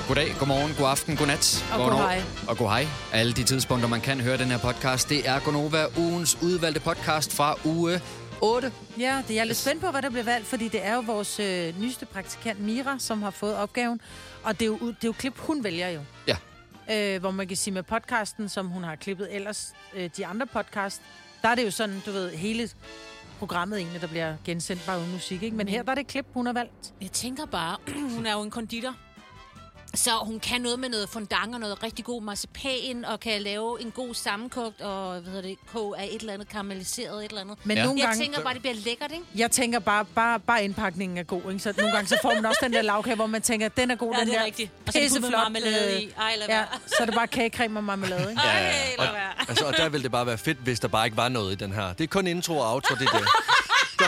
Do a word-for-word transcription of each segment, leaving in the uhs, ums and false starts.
Goddag, godmorgen, god aften, god nat. Og god hej. Og god hej. Alle de tidspunkter, man kan høre den her podcast, det er Gonova, ugens udvalgte podcast fra uge otte. Ja, det er jeg lidt spændt på, hvad der bliver valgt, fordi det er jo vores øh, nyeste praktikant Mira, som har fået opgaven. Og det er jo, det er jo klip, hun vælger jo. Ja. Øh, hvor man kan sige med podcasten, som hun har klippet ellers, øh, de andre podcast, der er det jo sådan, du ved, hele programmet egentlig, der bliver gensendt bare uden musik, ikke? Men her der er det klip, hun har valgt. Jeg tænker bare, hun er jo en konditor. Så hun kan noget med noget fondant og noget rigtig god marcipan, og kan lave en god sammenkogt, og hvad hedder det, kog af et eller andet karamelliseret et eller andet. Men Ja. nogle Jeg gange, tænker bare, det bliver lækkert, ikke? jeg tænker bare, bare, bare indpakningen er god, ikke? Så nogle gange så får man også den der lavkage, hvor man tænker, den er god, Ja, den det er der rigtigt. Og så er det pisseflot, med marmelade i. øh, Ej, lad Ja, være. så er det bare kagecreme og marmelade, ikke? Ej, ja. lad være. Altså, og der ville det bare være fedt, hvis der bare ikke var noget i den her. Det er kun intro og outro, det er det. Hvad?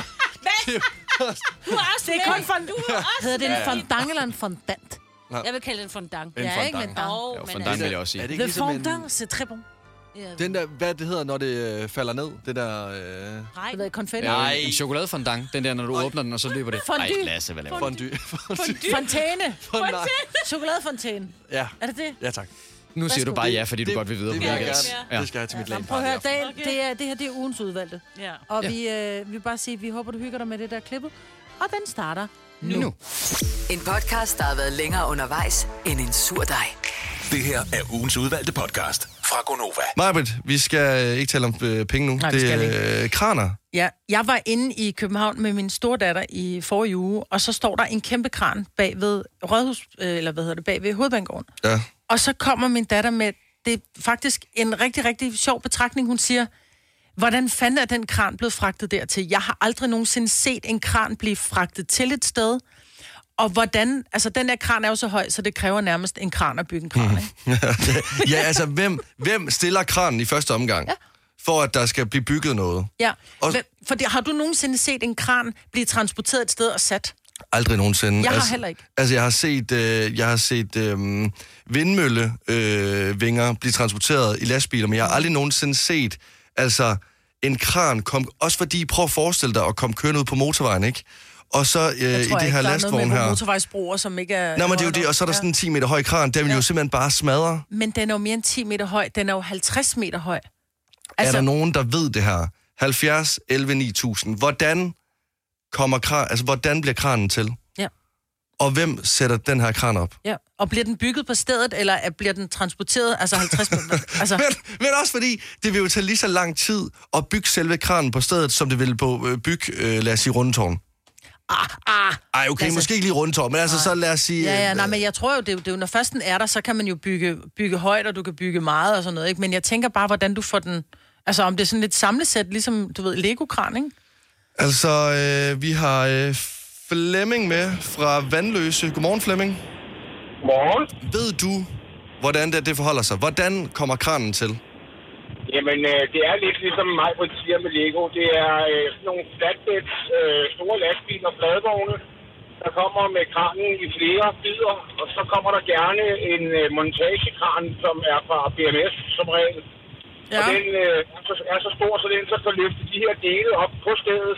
Du er også Det er kun med. fond... Du er også Hedder det en med. fondant eller en fondant? Jeg vil kalde det en fondant. En Ja, ikke? fondant. Men dang. Åh, Jo, men fondant altså- vil jeg også sige. Er det ikke Le ligesom en, fondant, c'est très bon. Ja, den der, hvad det hedder, når det øh, falder ned? Det der... Øh, nej. Det ved konfetti. Ja, Nej. en chokoladefondant, den der, når du åbner den, og så løber det. Fondue. Ej, Lasse, hvad laver du? fondue. Fondue. Fontæne. Fondue. Chokoladefontæne. Ja, Er det det? ja tak. Nu siger du Værsgo. bare ja, fordi du godt vil videre det på vil jeg podcast. gerne. Ja. Det skal jeg have til mit Jamen, land. prøv at høre, dagen, det, er, det her det er ugens udvalgte. Ja. Og Ja. vi, øh, vi vil bare sige, at vi håber, du hygger dig med det der klippet. Og den starter nu. Nu. En podcast, der har været længere undervejs end en sur dej. Det her er ugens udvalgte podcast fra Gonova. Majbrit, vi skal øh, ikke tale om øh, penge nu. Nej, det skal vi er øh, kraner. Ja, jeg var inde i København med min store datter i forrige uge, og så står der en kæmpe kran bag ved Rådhus, øh, eller hvad hedder det, bag ved Hovedbanegården. Ja. Og så kommer min datter med, det er faktisk en rigtig, rigtig sjov betragtning. Hun siger, hvordan fanden er den kran blevet fragtet dertil? Jeg har aldrig nogensinde set en kran blive fragtet til et sted. Og hvordan, altså den der kran er jo så høj, så det kræver nærmest en kran at bygge en kran, ikke? Ja, altså, hvem, hvem stiller kranen i første omgang? Ja. For at der skal blive bygget noget? Ja, Og- Hvem- for det, har du nongensinde set en kran blive transporteret et sted og sat? Aldrig nogensinde. Jeg har altså, heller ikke. Altså, jeg har set, øh, jeg har set øh, vindmøllevinger øh, vinger blive transporteret i lastbiler, men jeg har aldrig nogensinde set altså, en kran komme... Også fordi, prøv at forestille dig at komme kørende ud på motorvejen, ikke? Og så øh, i Jeg tror det ikke, her der er lastvogn noget med her... motorvejsbroer, som ikke er... Nå, men det er jo det, og så er der Ja. sådan en ti meter høj kran, der vil Ja. jo simpelthen bare smadre. Men den er jo mere end ti meter høj. Den er jo halvtreds meter høj. Altså, er der nogen, der ved det her? halvfjerds elleve ni tusind. Hvordan kommer kran... Altså, hvordan bliver kranen til? Ja. Og hvem sætter den her kran op? Ja. Og bliver den bygget på stedet, eller er- bliver den transporteret, altså halvtreds meter? Altså, Men, men også fordi, det vil jo tage lige så lang tid at bygge selve kranen på stedet, som det vil på øh, bygge, øh, lad os sige, rundetårn. ah, ah. Ej, okay, Altså- måske ikke lige rundetårn, men altså så lad os sige... Ja, ja, øh, nej, men jeg tror jo, det er, jo- det er jo, når først den er der, så kan man jo bygge, bygge højt, og du kan bygge meget og sådan noget, ikke? Men jeg tænker bare, hvordan du får den... Altså, om det er sådan lidt samlesæt, ligesom, du ved, Lego-kran, ikke? Altså, øh, vi har øh, Flemming med fra Vandløse. Godmorgen, Flemming. Morgen. Ved du, hvordan det, det forholder sig? Hvordan kommer kranen til? Jamen, øh, det er lidt ligesom mig, hvor de siger med Lego. Det er øh, sådan nogle flatbeds, øh, store lastbiler og fladvogne, der kommer med kranen i flere bidder. Og så kommer der gerne en øh, montagekran, som er fra B M S som regel. Ja. Og den øh, er, så, er så stor, så den så kan løfte de her dele op på stedet.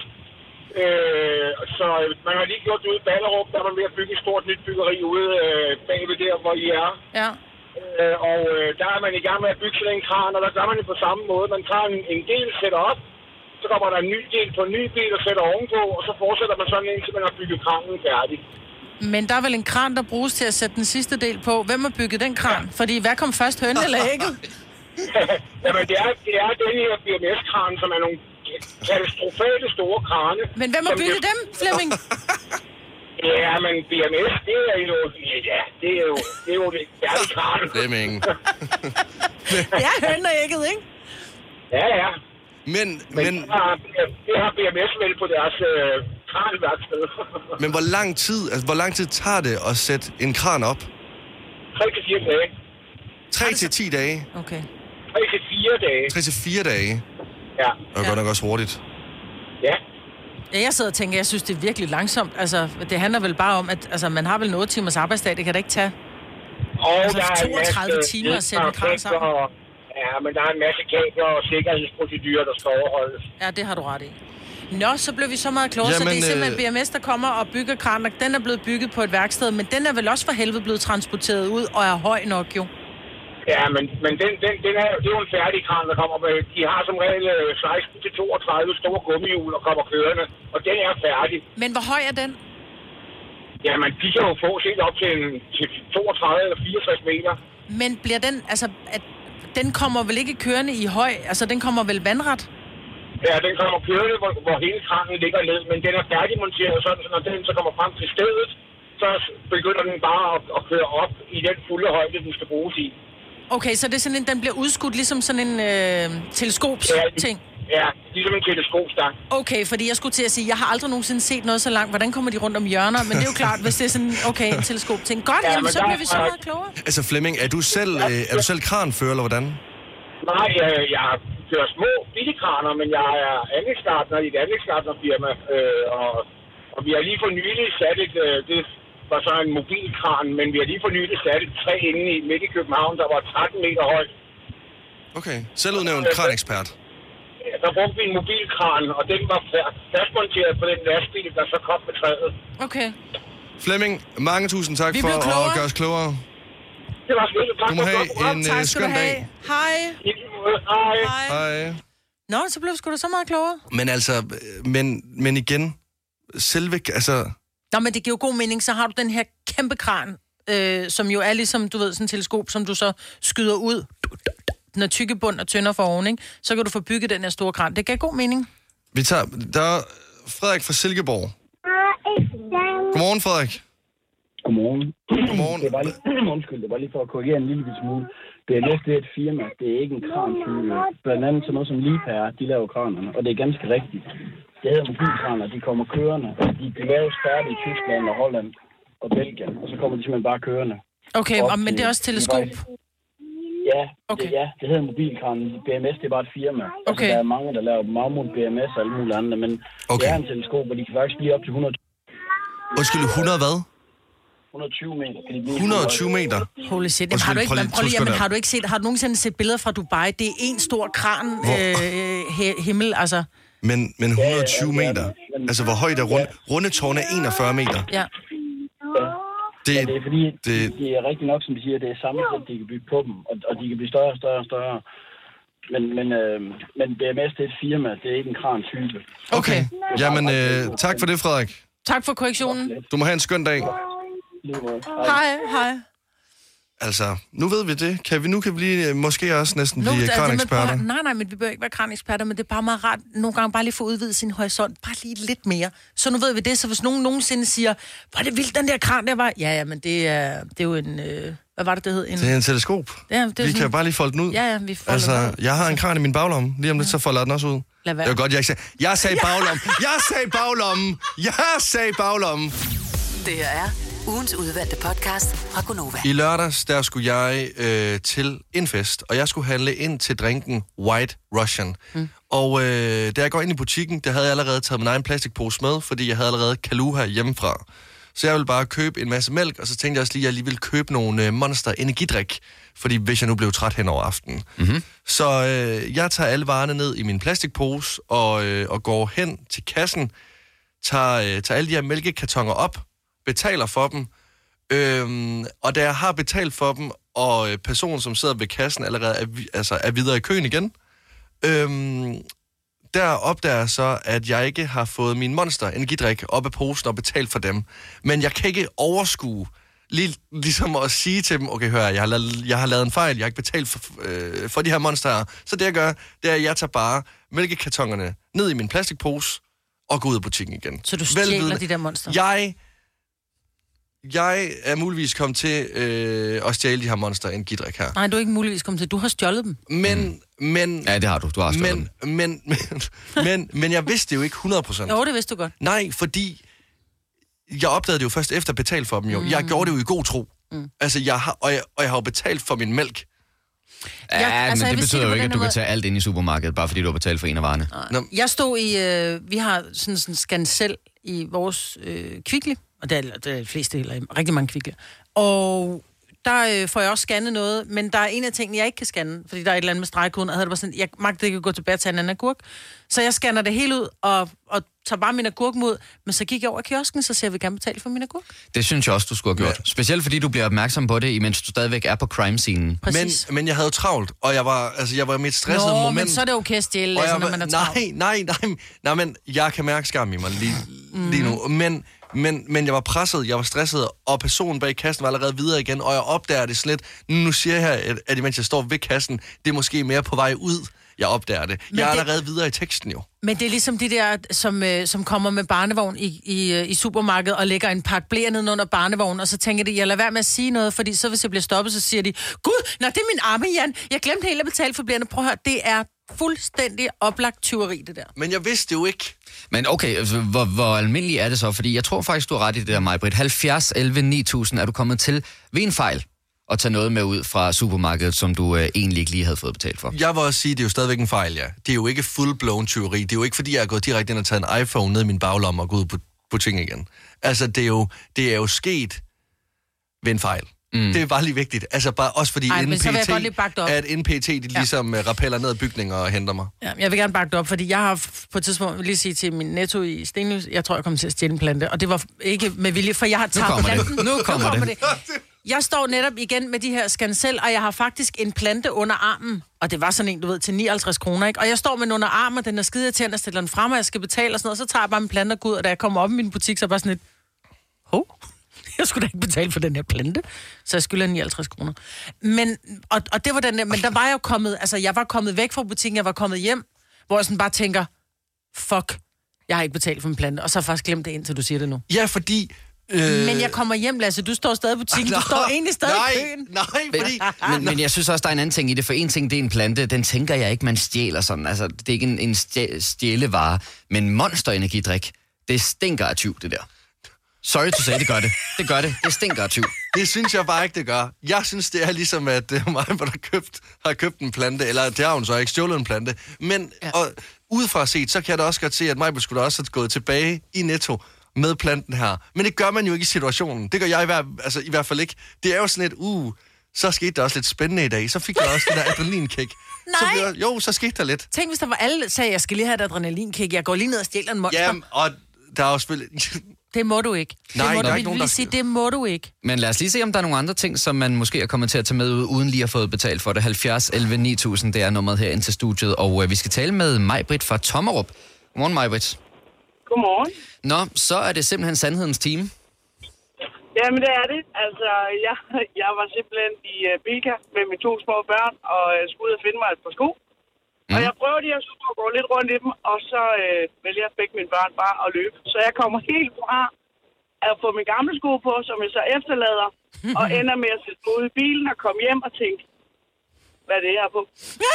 Øh, så man har lige gjort det ude i Ballerup, der var ved at bygge et stort nyt byggeri ude øh, bagved der, hvor I er. Ja. Øh, og øh, der er man i gang med at bygge sådan en kran, og der gør man det på samme måde. Man tager en, en del, sætter op, så kommer der en ny del på en ny del og sætter ovenpå, og så fortsætter man sådan indtil man har bygget kranen færdig. Men der er vel en kran, der bruges til at sætte den sidste del på. Hvem har bygget den kran? Fordi hvad kom først, hønen eller ægget? Jamen det er, det er den her B M S-kran, som er nogle katastrofale store krane. Men hvem har som bygget det- dem, Flemming? Ja, men B M S, det er jo... Ja, det er jo det, er jo det færdige kran. Flemming. Ja, hønen og ægget, ikke? Ja, ja. Men, Men, men, det, har, det har B M S vel på deres øh, kranværksted. men hvor lang tid, altså, hvor lang tid tager det at sætte en kran op? tre til fire dage. tre til ti dage? Okay. tre til fire dage. tre til fire dage? Ja. Det er godt nok også hurtigt. Ja. Ja, jeg sidder og tænker, jeg synes, det er virkelig langsomt. Altså, det handler vel bare om, at altså, man har vel noget timers arbejdsdag, det kan da ikke tage. Og Altså, der er en toogtredive masse timer at sætte en kran sammen. ledningskabler, Ja, men der er en masse kabler og sikkerhedsprocedurer, der skal overholdes. Ja, det har du ret i. Nå, så blev vi så meget klogere, så Jamen, det er simpelthen øh, B M S, der kommer og bygger kranen, og den er blevet bygget på et værksted, men den er vel også for helvede blevet transporteret ud og er høj nok jo. Ja, men, men den, den, den er, det er jo en færdig kran, der kommer med. De har som regel seksten til toogtredive store gummihjul og kommer kørende, og den er færdig. Men hvor høj er den? Jamen, de kan jo få helt op til, en, til toogtredive eller fireogtres meter. Men bliver den, altså, at, den kommer vel ikke kørende i høj, altså den kommer vel vandret? Ja, den kommer kørende, hvor, hvor hele kranen ligger ned, men den er færdigmonteret sådan, så når den så kommer frem til stedet, så begynder den bare at, at køre op i den fulde højde, den skal bruges i. Okay, så det er sådan en, den bliver udskudt ligesom sådan en øh, teleskops-ting? Ja, ligesom en teleskopstang. Okay, fordi jeg skulle til at sige, jeg har aldrig nogensinde set noget så langt. Hvordan kommer de rundt om hjørner? Men det er jo klart, hvis det er sådan, okay, en teleskop-ting. Godt, ja, jamen, så bliver vi så meget klogere. Altså Flemming, er du selv, øh, er du selv kranfører, eller hvordan? Nej, jeg, jeg kører små billigkraner, men jeg er anlægsgartner i et anlægsgartnerfirma, øh, og, og vi har lige for nylig sat et, øh, det var så en mobilkran, men vi har lige for nylig sat et træ inde i midt i København, der var tretten meter højt. Okay, selvudnævnt kranekspert. Der brugte vi en mobilkran, og den var fastmonteret på den lastbil, der så kom med træet. Okay. Flemming, mange tusind tak Vi for blev klogere. at gøre os klogere. Det var skønt. Tak Du må for have et godt program. en Tak øh, skal du skøn have. dag. Hej. I lige måde. Hej. Hej. Nå, så blev vi sgu da så meget klogere. Men altså, øh, men, men igen, selve, altså... Nå, men det giver jo god mening. Så har du den her kæmpe kran, øh, som jo er ligesom, du ved, sådan en teleskop, som du så skyder ud. Den er tykke bund og tynder for oven, ikke? Så kan du få bygget den her store kran. Det giver god mening. Vi tager... Der er Frederik fra Silkeborg. Godmorgen, Frederik. Godmorgen. Godmorgen. Det var lige, undskyld, det var lige for at korrigere en lille smule. B M S, det er et firma. Det er ikke en krantype. Blandt andet sådan noget som Liebherr, de laver kranerne. Og det er ganske rigtigt. Det hedder mobilkraner, de kommer kørende. De bliver lavet færdige i Tyskland og Holland og Belgien. Og så kommer de simpelthen bare kørende. Okay, og, men det er også teleskop? Ja, okay. det, ja, det hedder mobilkranen. B M S, det er bare et firma. Okay. Altså, der er mange, der laver Mammut, B M S og alle mulige andre, men okay. Det er en teleskop, og de kan faktisk blive op til hundrede... Undskyld, hundrede hvad? hundrede og tyve meter. Kan de blive hundrede og tyve meter? Holy shit. Jamen, har du ikke, men, prøv lige, men, har du ikke set, har du nogensinde set billeder fra Dubai? Det er en stor kran øh, he, himmel, altså. Men, men hundrede og tyve meter? Altså, hvor højt er runde, rundetårn er enogfyrre meter? Ja. Det, ja, det er fordi, det... det er rigtig nok, som de siger, det er samme sæt, de kan bygge på dem, og, og de kan blive større og større og større. Men, men, øh, men B M S, det er et firma, det er ikke en kran-type. Okay. Jamen, øh, tak for det, Frederik. Tak for korrektionen. Du må have en skøn dag. Hej, hej. Altså, nu ved vi det. Kan vi, nu kan vi lige, måske også næsten nu, blive kraneksperter. Nej, nej, men vi bør ikke være kraneksperter, men det er bare meget rart nogle gange bare lige få udvidet sin horisont. Bare lige lidt mere. Så nu ved vi det, så hvis nogen nogensinde siger, hvor er det vildt, den der kran der var. Ja, ja, men det er, det er jo en... Øh, hvad var det, det hed? En... Det er en teleskop. Ja, det er vi sådan... kan bare lige folde den ud. Ja, ja, vi folder altså, den ud. jeg har en kran i min baglomme. Lige om lidt, så folder jeg den også ud. Lad være. Det var godt, jeg ikke sagde... Jeg sagde baglomme! Jeg sagde baglomme! Jeg sagde baglomme! Det her er ugens udvalgte podcast fra Gonova. I lørdags, der skulle jeg øh, til en fest, og jeg skulle handle ind til drinken White Russian. Mm. Og øh, da jeg går ind i butikken, der havde jeg allerede taget min egen plastikpose med, fordi jeg havde allerede Kaluha hjemmefra. Så jeg ville bare købe en masse mælk, og så tænkte jeg også lige, at jeg lige ville købe nogle øh, Monster energidrik, fordi hvis jeg nu blev træt hen over aftenen. Mm-hmm. Så øh, jeg tager alle varerne ned i min plastikpose, og, øh, og går hen til kassen, tager, øh, tager alle de her mælkekartoner op, betaler for dem, øhm, og da jeg har betalt for dem, og øh, personen, som sidder ved kassen, allerede er, altså, er videre i køen igen, øhm, der opdager jeg så, at jeg ikke har fået min Monster energidrik op af posen og betalt for dem. Men jeg kan ikke overskue, lige, ligesom at sige til dem, okay, hør, jeg har lavet, jeg har lavet en fejl, jeg har ikke betalt for, øh, for de her Monster her. Så det jeg gør, det er, at jeg tager bare mælkekartonerne ned i min plastikpose og går ud af butikken igen. Så du stjæler de der Monster? Jeg... Jeg er muligvis kommet til øh, at stjæle de her Monster energidrik her. Nej, du er ikke muligvis kommet til. Du har stjålet dem. Men, mm. men... Ja, det har du. Du har stjålet men, dem. Men, men, men, men jeg vidste det jo ikke hundrede procent. Jo, det vidste du godt. Nej, fordi jeg opdagede det jo først efter at betale for dem jo. Mm. Jeg gjorde det jo i god tro. Mm. Altså, jeg har, og, jeg, og jeg har jo betalt for min mælk. Ja, ja altså, men det betyder jo ikke, at du kan tage alt ind i supermarkedet, bare fordi du har betalt for en af varerne. Jeg stod i... Øh, vi har sådan en Scancell i vores øh, Kvickly, og det er, det er de fleste heller, rigtig mange Kvickly. Og der øh, får jeg også scannet noget, men der er en af tingene, jeg ikke kan scanne, fordi der er et eller andet med stregkoden, og havde det bare sådan, jeg magtede ikke at gå tilbage til en anden agurk. Så jeg scanner det helt ud, og, og tager bare min agurk mod, men så gik jeg over i kiosken, så siger jeg, vil gerne betale for min agurk. Det synes jeg også, du skulle have gjort. Ja. Specielt fordi du bliver opmærksom på det, imens du stadigvæk er på crime-scenen. Men, men jeg havde travlt, og jeg var, altså, jeg var i mit stressede Nå, moment. men så er det okay at stjæle, altså, når man er travlt. Nej, nej, nej, nej, men jeg kan mærke skam i mig lige, mm. lige nu. Men, men, men jeg var presset, jeg var stresset, og personen bag kassen var allerede videre igen, og jeg opdager det slet. Nu siger jeg her, at, at imens jeg står ved kassen, det er måske mere på vej ud. Jeg opdager det. Men jeg er det, allerede videre i teksten jo. Men det er ligesom de der, som, øh, som kommer med barnevogn i, i, i supermarkedet og lægger en pakke blære ned under barnevognen, og så tænker de, jeg lader være med at sige noget, fordi så hvis jeg bliver stoppet, så siger de, gud, nej, det er min arme, Jan. Jeg glemte helt at betale for blærene. Prøv at høre, det er fuldstændig oplagt tyveri, det der. Men jeg vidste jo ikke. Men okay, altså, hvor, hvor almindeligt er det så? Fordi jeg tror faktisk, du har ret i det der, Maj-Brit. halvfjerds elleve ni tusind er du kommet til ved en fejl og tage noget med ud fra supermarkedet, som du øh, egentlig ikke lige havde fået betalt for. Jeg vil også sige, det er jo stadigvæk en fejl, ja. Det er jo ikke full-blown tyveri. Det er jo ikke, fordi jeg er gået direkte ind og taget en iPhone ned i min baglomme og gået ud på butikken igen. Altså, det er jo, det er jo sket ved en fejl. Mm. Det er bare lige vigtigt. Altså, bare også fordi Ej, N P T, at N P T, de ligesom ja. rappeller ned af bygninger og henter mig. Ja, jeg vil gerne bakke det op, fordi jeg har på et tidspunkt lige sige til min Netto i Stenløs, jeg tror, jeg kommer til at stjæle en plante, og det var ikke med vilje, for jeg har taget nu planten. Det. Nu kommer, nu kommer det. det. Jeg står netop igen med de her Scancel, og jeg har faktisk en plante under armen. Og det var sådan en, du ved, til nioghalvtreds kroner, ikke? Og jeg står med den under armen, og den er skide irriterende, og stiller den frem, og jeg skal betale og sådan noget. Så tager jeg bare min plante og går ud, og da jeg kommer op i min butik, så er bare sådan et, hov, jeg skulle da ikke betale for den her plante. Så jeg skylder nioghalvtreds kroner. Men, og, og det var den der, men der var jeg jo kommet, altså jeg var kommet væk fra butikken, jeg var kommet hjem, hvor jeg sådan bare tænker, fuck, jeg har ikke betalt for min plante. Og så har jeg faktisk glemt det, indtil du siger det nu. Ja, fordi... Øh... Men jeg kommer hjem, Lasse. Du står stadig i butikken. Du står egentlig stadig nej, i køen. Nej, fordi... men, men jeg synes også, der er en anden ting i det. For en ting, det er en plante. Den tænker jeg ikke, man stjæler sådan. Altså, det er ikke en, en stjælevare. Men monsterenergidrik, det stinker af tyv, det der. Sorry to say, det gør det. Det gør det. Det stinker af tyv. Det synes jeg bare ikke, det gør. Jeg synes, det er ligesom, at det er mig, hvor der købt, har købt en plante, eller det har hun så ikke stjålet en plante. Men ja. og, udefra set, så kan jeg da også godt se, at mig skulle da også have gået tilbage i Netto med planten her. Men det gør man jo ikke i situationen. Det gør jeg i, hver, altså, i hvert fald ikke. Det er jo sådan et, uh, så skete der også lidt spændende i dag. Så fik jeg også det der adrenalinkick. Nej. Så jeg, jo, så skete der lidt. Tænk, hvis der var alle, sagde, jeg skal lige have et adrenalinkick. Jeg går lige ned og stjæler en monster. Jamen, og der er jo selvfølgelig... Det må du ikke. Nej, det må der du er ikke nogen, der... sige, det må du ikke. Men lad os lige se, om der er nogle andre ting, som man måske er kommet til at tage med ud, uden lige at få betalt for det. halvfjerds elleve ni tusind, det er nummeret her ind til studiet. Og øh, vi skal tale med Maj-Brit fra Tommerup. Godmorgen, Maj-Brit. Godmorgen. Nå, så er det simpelthen sandhedens time. Jamen, det er det. Altså, jeg, jeg var simpelthen i uh, Bilka med mine to små børn, og uh, skulle ud og finde mig et par sko. Mm. Og jeg prøver de her sko at gå lidt rundt i dem, og så uh, vælger jeg begge mine børn bare at løbe. Så jeg kommer helt fra at få mine gamle sko på, som jeg så efterlader, og ender med at sætte mig ud i bilen og komme hjem og tænke, hvad er det her på?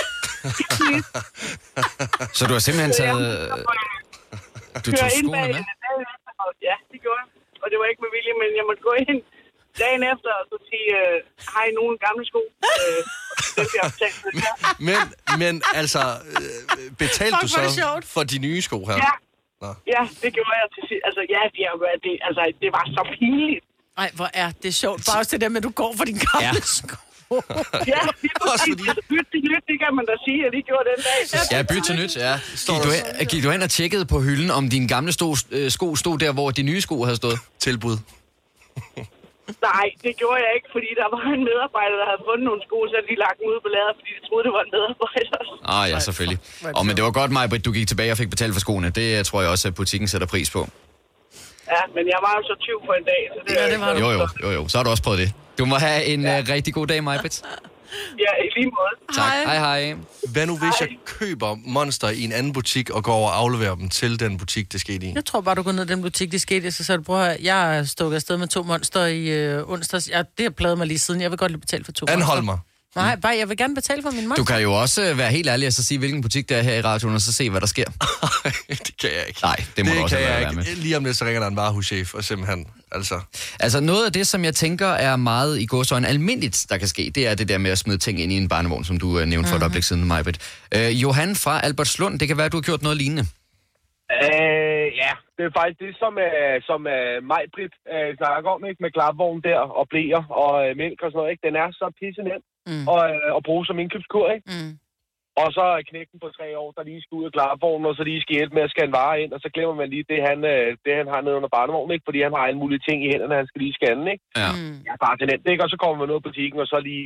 Så du har simpelthen taget... Du tog skoene med? Ja, det gjorde jeg. Og det var ikke med vilje, men jeg måtte gå ind dagen efter og så sige, øh, har I nogen gamle sko? Øh, dem, jeg har betalt for det her. Men, men altså, øh, betalte du så for de nye sko her? Ja, Nå. ja det gjorde jeg til sidst. Altså, ja, det, det, altså, det var så pinligt. Ej, hvor er det sjovt. Bare også det der med, at du går for din gamle ja. sko. Ja, det er præcis. Altså, byt til nyt, det kan man da sige, at de gjorde den dag. Ja, byt til nyt, ja. Gik du, hen, gik du hen og tjekkede på hylden, om dine gamle stod, øh, sko stod der, hvor de nye sko havde stået? Tilbud. Nej, det gjorde jeg ikke, fordi der var en medarbejder, der havde fundet nogle sko, så de lagt dem ud på lader, fordi de troede, det var en medarbejder. Ah ja, selvfølgelig. Og men det var godt, Maj-Brit, du gik tilbage og fik betalt for skoene. Det tror jeg også, at butikken sætter pris på. Ja, men jeg var jo så tyv for en dag, så det, ja, det var jo, jo, jo, jo. Så har du også prøvet det. Du må have en ja. uh, rigtig god dag, Maj-Brit. Ja, i lige måde. Tak. Hej, hej. Hvad nu, hvis jeg køber Monster i en anden butik og går over og afleverer dem til den butik, det skete i? Jeg tror bare, du går ned i den butik, det skete i, så så du prøver, jeg er stukket afsted med to Monster i øh, onsdags. Jeg, det har pladet mig lige siden. Jeg vil godt lige betale for to Anhold mig. Nej, bare jeg vil gerne betale for min Monster. Du kan jo også være helt ærlig og så sige, hvilken butik der er her i radioen, og så se, hvad der sker. Det kan jeg ikke. Nej, det må det du også kan være jeg ikke. med. Lige om lidt, så ringer der en varehuschef, og simpelthen, altså... Altså, noget af det, som jeg tænker er meget i gåseøjne almindeligt, der kan ske, det er det der med at smide ting ind i en barnevogn, som du uh, nævnte for et øjeblik siden, Maj-Brit. Uh, Johan fra Albertslund, det kan være, at du har gjort noget lignende. Øh, ja, Det er faktisk det, som, uh, som uh, Maj-Brit uh, snakker om, ikke? Med klapvogn der, og blæer og uh, mælk og sådan noget, ikke? Den er så pisse nem mm. at, uh, at bruge som indkøbskur, ikke? Mm. Og så er knækken på tre år, der lige skal ud af klapvognen, og så lige skal hjælpe med at scanne varer ind, og så glemmer man lige det, han, uh, det, han har nede under barnevognen, ikke? Fordi han har alle mulige ting i hænderne, han skal lige scanne, ikke? Ja. Mm. Ja, bare til nemt, ikke? Og så kommer man ud af butikken, og så lige...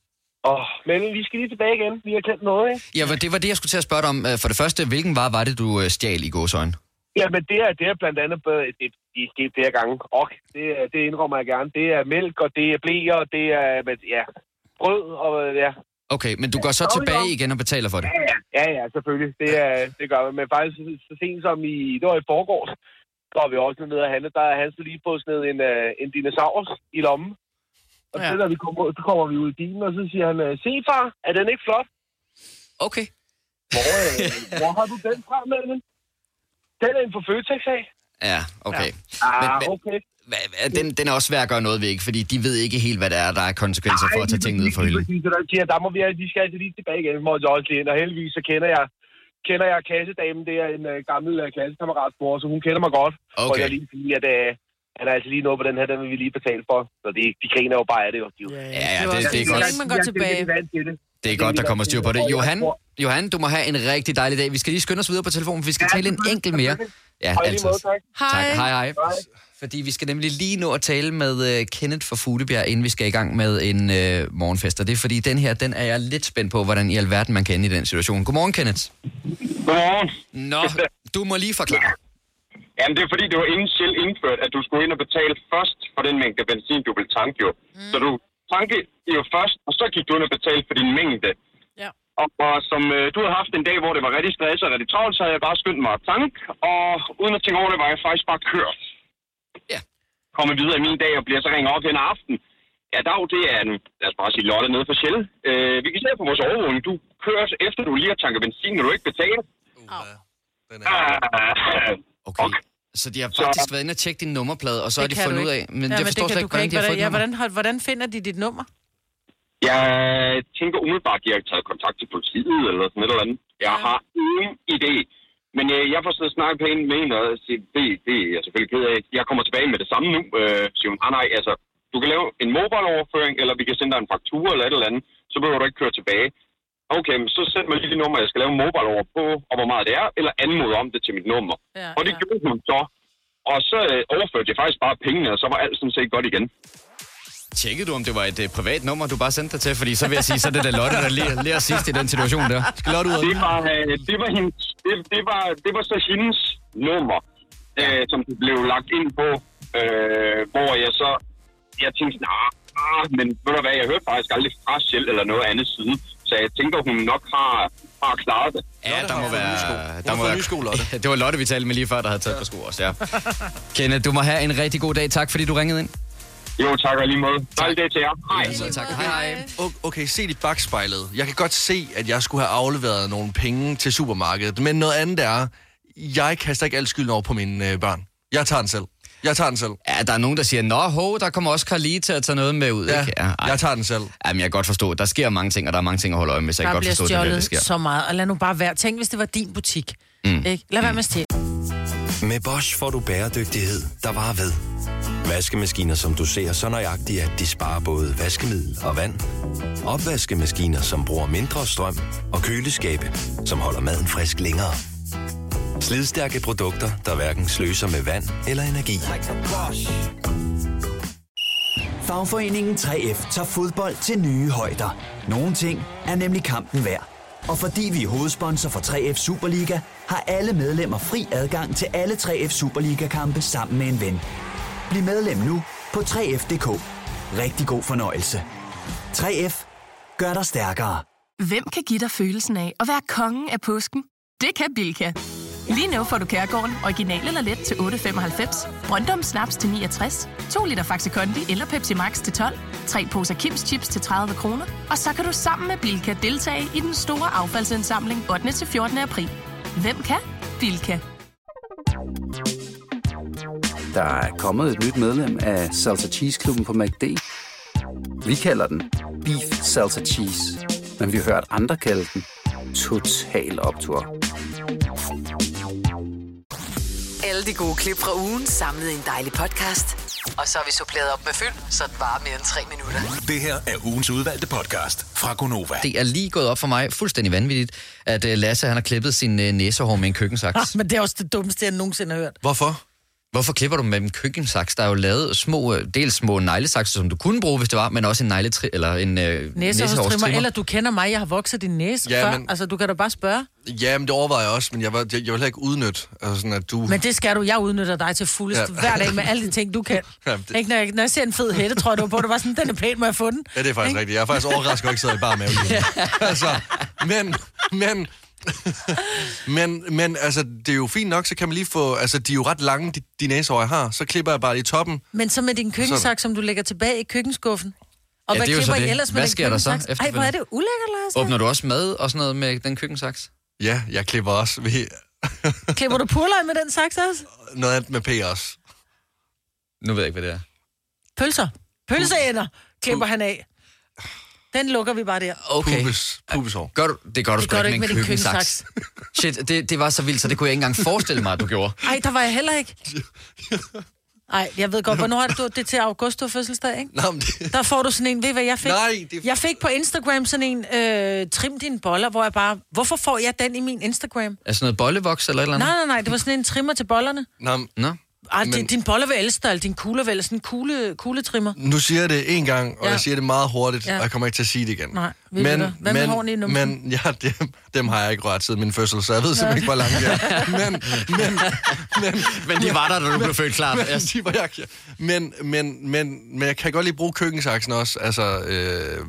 Åh, men vi skal lige tilbage igen. Vi har glemt noget, ikke? Ja, det var det, jeg skulle til at spørge dig om. For det første, hvilken vare var det, du stjal i gåseøjne? Ja, men det er, det er blandt andet det, det, det er sket flere gange. Og det, det indrømmer jeg gerne. Det er mælk, og det er bleer, og det er ja, brød, og ja. Okay, men du går så tilbage igen og betaler for det? Ja, ja, ja, ja selvfølgelig. Det, er, det gør vi. Men faktisk så sent som i, det var i forgårs, går vi også ned og handle. Der er han så lige fået sådan en, en dinosaurus i lommen. Og ja. så, der vi kommer, så kommer vi ud i bilen, og så siger han, se far, er den ikke flot? Okay. Hvor, øh, hvor har du den fra med den? Den er en for Føtex af. Ja, okay. Ja. Ah, men, men, okay. Den, den er også svær at gøre noget ved, ikke? Fordi de ved ikke helt, hvad der er, der er konsekvenser for at tage ting ned for hylden. Der, der må vi de skal altså lige tilbage igen, må jeg også lige ind. Og heldigvis så kender jeg, kender jeg kassedamen, det er en uh, gammel uh, klassekammerats mor, så hun kender mig godt. Okay. Og jeg lige sige, at uh, han er altså lige noget på den her, den vil vi lige betale for. Så de, de griner jo bare af det. Jo. Ja, ja, ja, det, det, det er godt. Så længe man går tilbage. Det er godt, der kommer styr på det. Johan, Johan, du må have en rigtig dejlig dag. Vi skal lige skynde os videre på telefonen, for vi skal tale en enkelt mere. Ja, altid. Hej. Hej, hej. Fordi vi skal nemlig lige nå at tale med uh, Kenneth fra Fuglebjerg, inden vi skal i gang med en uh, morgenfest. Og det er fordi, den her, den er jeg lidt spændt på, hvordan i alverden man kan ende i den situation. Godmorgen, Kenneth. Godmorgen. Nå, du må lige forklare. Jamen, det er fordi, det var inden Shell indført, at du skulle ind og betale først for den mængde benzin, du vil tanke jo. Mm. Så du tankede jo først, og så gik du ind og betalte for din mængde. Ja. Og, og som øh, du havde haft en dag, hvor det var rigtig stress og rigtig travlt, så havde jeg bare skyndt mig at tanke, og uden at tænke over det, var jeg faktisk bare kørt. Ja. Kommer videre i min dag og bliver så ringet op hen ad aften. Ja, Dag, det er en, lad os bare sige, Lotte nede for Shell. Øh, vi kan se på vores overvågning. Du kører efter, du lige har tanket benzin, når du ikke betaler. Uh, ja. Den er... Okay. okay. Så de har faktisk så... været inde og tjekke din nummerplade, og så har de fundet ud af... Men ja, jeg forstår slet ikke, hvordan de har fået ja, hvordan, hvordan finder de dit nummer? Jeg tænker umiddelbart, at de har taget kontakt til politiet eller sådan et eller andet. Jeg ja. har ingen idé. Men jeg, jeg får så snakket pænt med hende, og siger, det, det er jeg selvfølgelig ked af. Jeg kommer tilbage med det samme nu. Øh, siger hun, ah, nej, altså, du kan lave en mobile-overføring, eller vi kan sende dig en faktura eller et eller andet. Så behøver du ikke køre tilbage. Okay, men så send mig lige det nummer, jeg skal lave en mobile over på, og hvor meget det er, eller anmode om det til mit nummer. Ja, og det ja. gjorde hun så. Og så øh, overførte jeg faktisk bare pengene, og så var alt sådan set godt igen. Tjekkede du, om det var et uh, privat nummer, du bare sendte dig til? Fordi så vil jeg sige, så er det da Lotte, der lærer, lærer sidst i den situation der. Skal Lotte ud af det? Var, øh, det, var hendes, det, det, var, det var så hendes nummer, øh, som blev lagt ind på, øh, hvor jeg så... Jeg tænkte, nah, ah, men ved du hvad, jeg hørte faktisk aldrig fra Shell eller noget andet siden. Så jeg tænker, hun nok har, har klaret det. Ja, der må være... Der må være sko, Lotte. Det var Lotte, vi talte med lige før, der havde taget ja. på sko også, ja. Kenneth, du må have en rigtig god dag. Tak, fordi du ringede ind. Jo, tak og lige måde. Dejlig dag til jer. Hej. Ja, tak. Hej, hej. Okay, se dit bagspejlet. Jeg kan godt se, at jeg skulle have afleveret nogle penge til supermarkedet, men noget andet er, jeg kaster ikke al skylden over på mine øh, børn. Jeg tager den selv. Jeg tager den selv. Ja, der er nogen, der siger, nå, ho, der kommer også Carly til at tage noget med ud, ja, ikke? Ja, jeg tager den selv. Jamen, jeg kan godt forstå, der sker mange ting, og der er mange ting at holde øje med, så jeg kan godt forstå, det, det sker. Så meget, og lad nu bare være. Tænk, hvis det var din butik. Mm. Ikke? Lad være med at stjæle. Med Bosch får du bæredygtighed, der varer ved. Vaskemaskiner, som du ser så nøjagtigt, at de sparer både vaskemiddel og vand. Opvaskemaskiner, som bruger mindre strøm. Og køleskabe, som holder maden frisk længere. Slidstærke produkter, der hverken sløser med vand eller energi. Fagforeningen tre F tager fodbold til nye højder. Nogle ting er nemlig kampen værd. Og fordi vi er hovedsponsor for tre F Superliga, har alle medlemmer fri adgang til alle tre F Superliga-kampe sammen med en ven. Bliv medlem nu på tre F punktum d k. Rigtig god fornøjelse. tre F gør dig stærkere. Hvem kan give dig følelsen af at være kongen af påsken? Det kan Bilka. Lige nu får du Kærgården original eller let til otte femoghalvfems, Brøndum Snaps til niogtres, to liter Faxi Kondi eller Pepsi Max til tolv, tre poser Kims Chips til tredive kroner, og så kan du sammen med Bilka deltage i den store affaldsindsamling ottende til fjortende april. Hvem kan? Bilka. Der er kommet et nyt medlem af Salsa Cheese Klubben på McD. Vi kalder den Beef Salsa Cheese, men vi har hørt andre kalde den Total Optur. Alle Alle de gode klip fra ugen samlet i en dejlig podcast. Og så har vi suppleret op med fyld, så det varer mere end tre minutter. Det her er ugens udvalgte podcast fra Gonova. Det er lige gået op for mig, fuldstændig vanvittigt, at uh, Lasse han har klippet sin uh, næsehår med en køkkensaks. Ah, men det er også det dummeste, jeg nogensinde har hørt. Hvorfor? Hvorfor klipper du med en køkkensaks? Der er jo lavet små, dels små neglesakser, som du kunne bruge, hvis det var, men også en negletri eller en øh, næsehårstrimmer. Eller du kender mig, jeg har vokset din næse ja, før. Men, altså, du kan da bare spørge. Ja, men det overvejer jeg også, men jeg, var, jeg, jeg vil heller ikke udnytte, altså sådan at du... Men det skal du. Jeg udnytter dig til fuldest ja. hver dag med alle de ting, du kan. Ja, det... ikke, når, jeg, når jeg ser en fed hætte, tror jeg, du på, det var sådan, den er pæn, må jeg få den. Ja, det er faktisk ikke? rigtigt. Jeg er faktisk overrasket, at jeg ikke sidder i bar mave. Ja. Altså, men... men men, men altså, det er jo fint nok, så kan man lige få... Altså, de er jo ret lange, de, de næsehår, jeg har. Så klipper jeg bare lige toppen. Men så med din køkkensaks, som du lægger tilbage i køkkenskuffen. Og ja, hvad klipper I ellers med hvad den sker der så efterfølgende? Ej, hvor er det ulækkert, Lars. Åbner du også mad og sådan noget med den køkkensaks? Ja, jeg klipper også. Klipper du purløg med den saks også? Noget andet med P også. Nu ved jeg ikke, hvad det er. Pølser. Pølseænder klipper han af. Den lukker vi bare der. Okay. Pubes, pubeshår. Gør du, det gør du det sgu ikke ikke med, med en køkkensaks. Shit, det, det var så vildt, så det kunne jeg ikke engang forestille mig, at du gjorde. Ej, der var jeg heller ikke. Ej, jeg ved godt, hvornår har du det til august, du har fødselsdag, ikke? Nå, men det... Der får du sådan en, ved hvad jeg fik? Nej, det... Jeg fik på Instagram sådan en, øh, trim dine boller, hvor jeg bare, hvorfor får jeg den i min Instagram? Er sådan noget bollevoks eller et eller andet? Nej, nej, nej, det var sådan en trimmer til bollerne. Nå, Nå. Ej, men... din, din bolle vil elstyle, din kugle vil, sådan en kugle, kugletrimmer. Nu siger jeg det en gang, og ja. jeg siger det meget hurtigt, ja. og jeg kommer ikke til at sige det igen. Nej, men, hvad med men, hårene i numsen? Men ja, dem, dem har jeg ikke rørt siden min fødsel, så jeg ved simpelthen ikke, hvor langt det er. Men, men, men, men de var der, da du blev født, klart. Men, de var jeg, men, men, men, men jeg kan godt lige bruge køkkensaksen også, altså... Øh,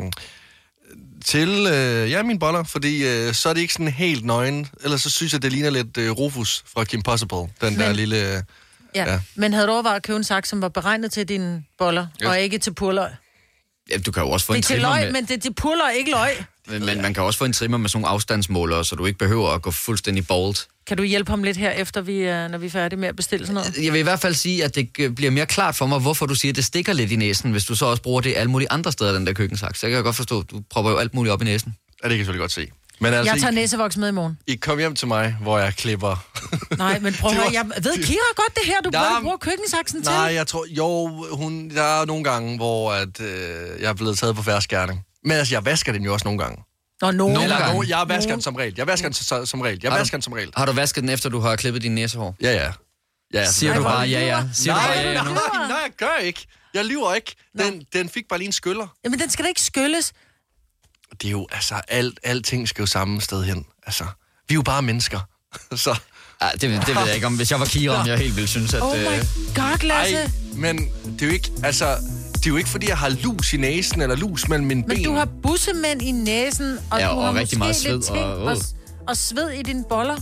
til, øh, ja, mine boller, fordi øh, så er det ikke sådan helt nøgen. Ellers så synes jeg, det ligner lidt øh, Rufus fra Kim Possible, den men, der lille... Øh, ja. ja, men havde du overvejet at købe en saks, som var beregnet til dine boller, yes. og ikke til purløg? Ja, du kan jo også få det en trimmer løg, med... men det er til purløg, ikke løg. Men, men man kan også få en trimmer med sådan nogle afstandsmålere, så du ikke behøver at gå fuldstændig bold. Kan du hjælpe ham lidt her, efter vi, når vi er færdige med at bestille sådan noget? Jeg vil i hvert fald sige, at det bliver mere klart for mig, hvorfor du siger, at det stikker lidt i næsen, hvis du så også bruger det alle mulige andre steder, den der køkkensaks. Så jeg kan godt forstå, at du propper jo alt muligt op i næsen. Ja, det kan jeg selvfølgelig godt se. Men altså, jeg tager næsevoks med i morgen. I kom hjem til mig, hvor jeg klipper... Nej, men prøv at høre, jeg ved Kira godt det her, du ja, bruger køkkensaksen til. Nej, jeg tror... Jo, hun, der er nogle gange, hvor at, øh, jeg er blevet taget på ferskgerning. Men altså, jeg vasker den jo også nogle gange. Nå, nogle Eller, gange. No, jeg vasker den som regel. Jeg vasker den som, som regel. Jeg har vasker du, den som regel. Har du vasket den, efter du har klippet din næsehår? Ja, ja. ja Siger nej, du bare ja, ja? Siger nej, du bare ja, ja nej, nej, nej, jeg gør ikke. Jeg lyver ikke. Den, den fik bare lige en skyller. Jamen, den skal da ikke skylles. Det er jo, altså, alt, alting skal jo samme sted hen. Altså, vi er jo bare mennesker. Så... Ja, det, det ved jeg ikke om. Hvis jeg var Kira, om jeg helt ville synes, at... Oh my god, Lasse. Ej, men det er jo ikke, altså... Det er jo ikke, fordi jeg har lus i næsen, eller lus mellem mine ben. Men du har bussemænd i næsen, og ja, du og har rigtig måske meget sved, lidt ting, og, og, og sved i dine boller.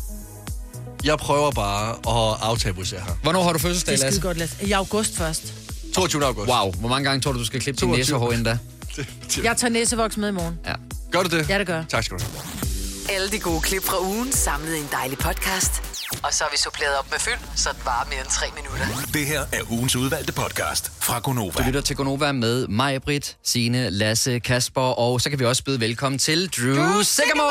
Jeg prøver bare at aftabuisere her. Hvornår har du fødselsdag, Lasse? Det er skide godt, Lasse. I august først. toogtyvende august. Wow, hvor mange gange tror du, du skal klippe din næsehår inden da? Jeg tager næsevoks med i morgen. Ja. Gør du det? Ja, det gør. Tak skal du have. Alle de gode klip fra ugen samlet i en dejlig podcast. Og så har vi suppleret op med fyld, så det varer mere end tre minutter. Det her er ugens udvalgte podcast fra Gonova. Du lytter til Gonova med mig, Britt, Signe, Lasse, Kasper, og så kan vi også byde velkommen til Drew, Drew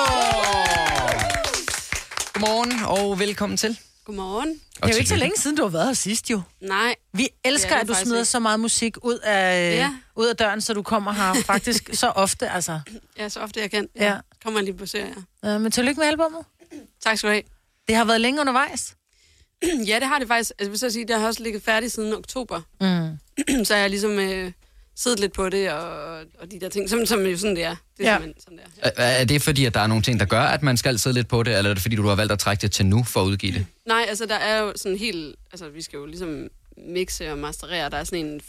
Sigamore. Godmorgen og velkommen til. Godmorgen. Det er jo ikke så længe siden, du har været her sidst, jo. Nej. Vi elsker, at du smider ikke. så meget musik ud af, ja. ud af døren, så du kommer her faktisk så ofte, altså. Ja, så ofte jeg kan. Ja. ja. Kommer lige på serie. Ja, men tillykke med albumet. Tak skal du have. Det har været længe undervejs. Ja, det har det faktisk. Altså, hvis jeg sige, det har også ligget færdigt siden oktober. Mm. Så jeg har ligesom øh, siddet lidt på det, og, og de der ting, som, som jo sådan det er. Det er, ja. sådan, det er. er. Er det fordi, at der er nogle ting, der gør, at man skal sidde lidt på det, eller er det fordi, du har valgt at trække det til nu for at udgive det? Nej, altså der er jo sådan helt... Altså, vi skal jo ligesom mixe og masterere. Der er sådan en...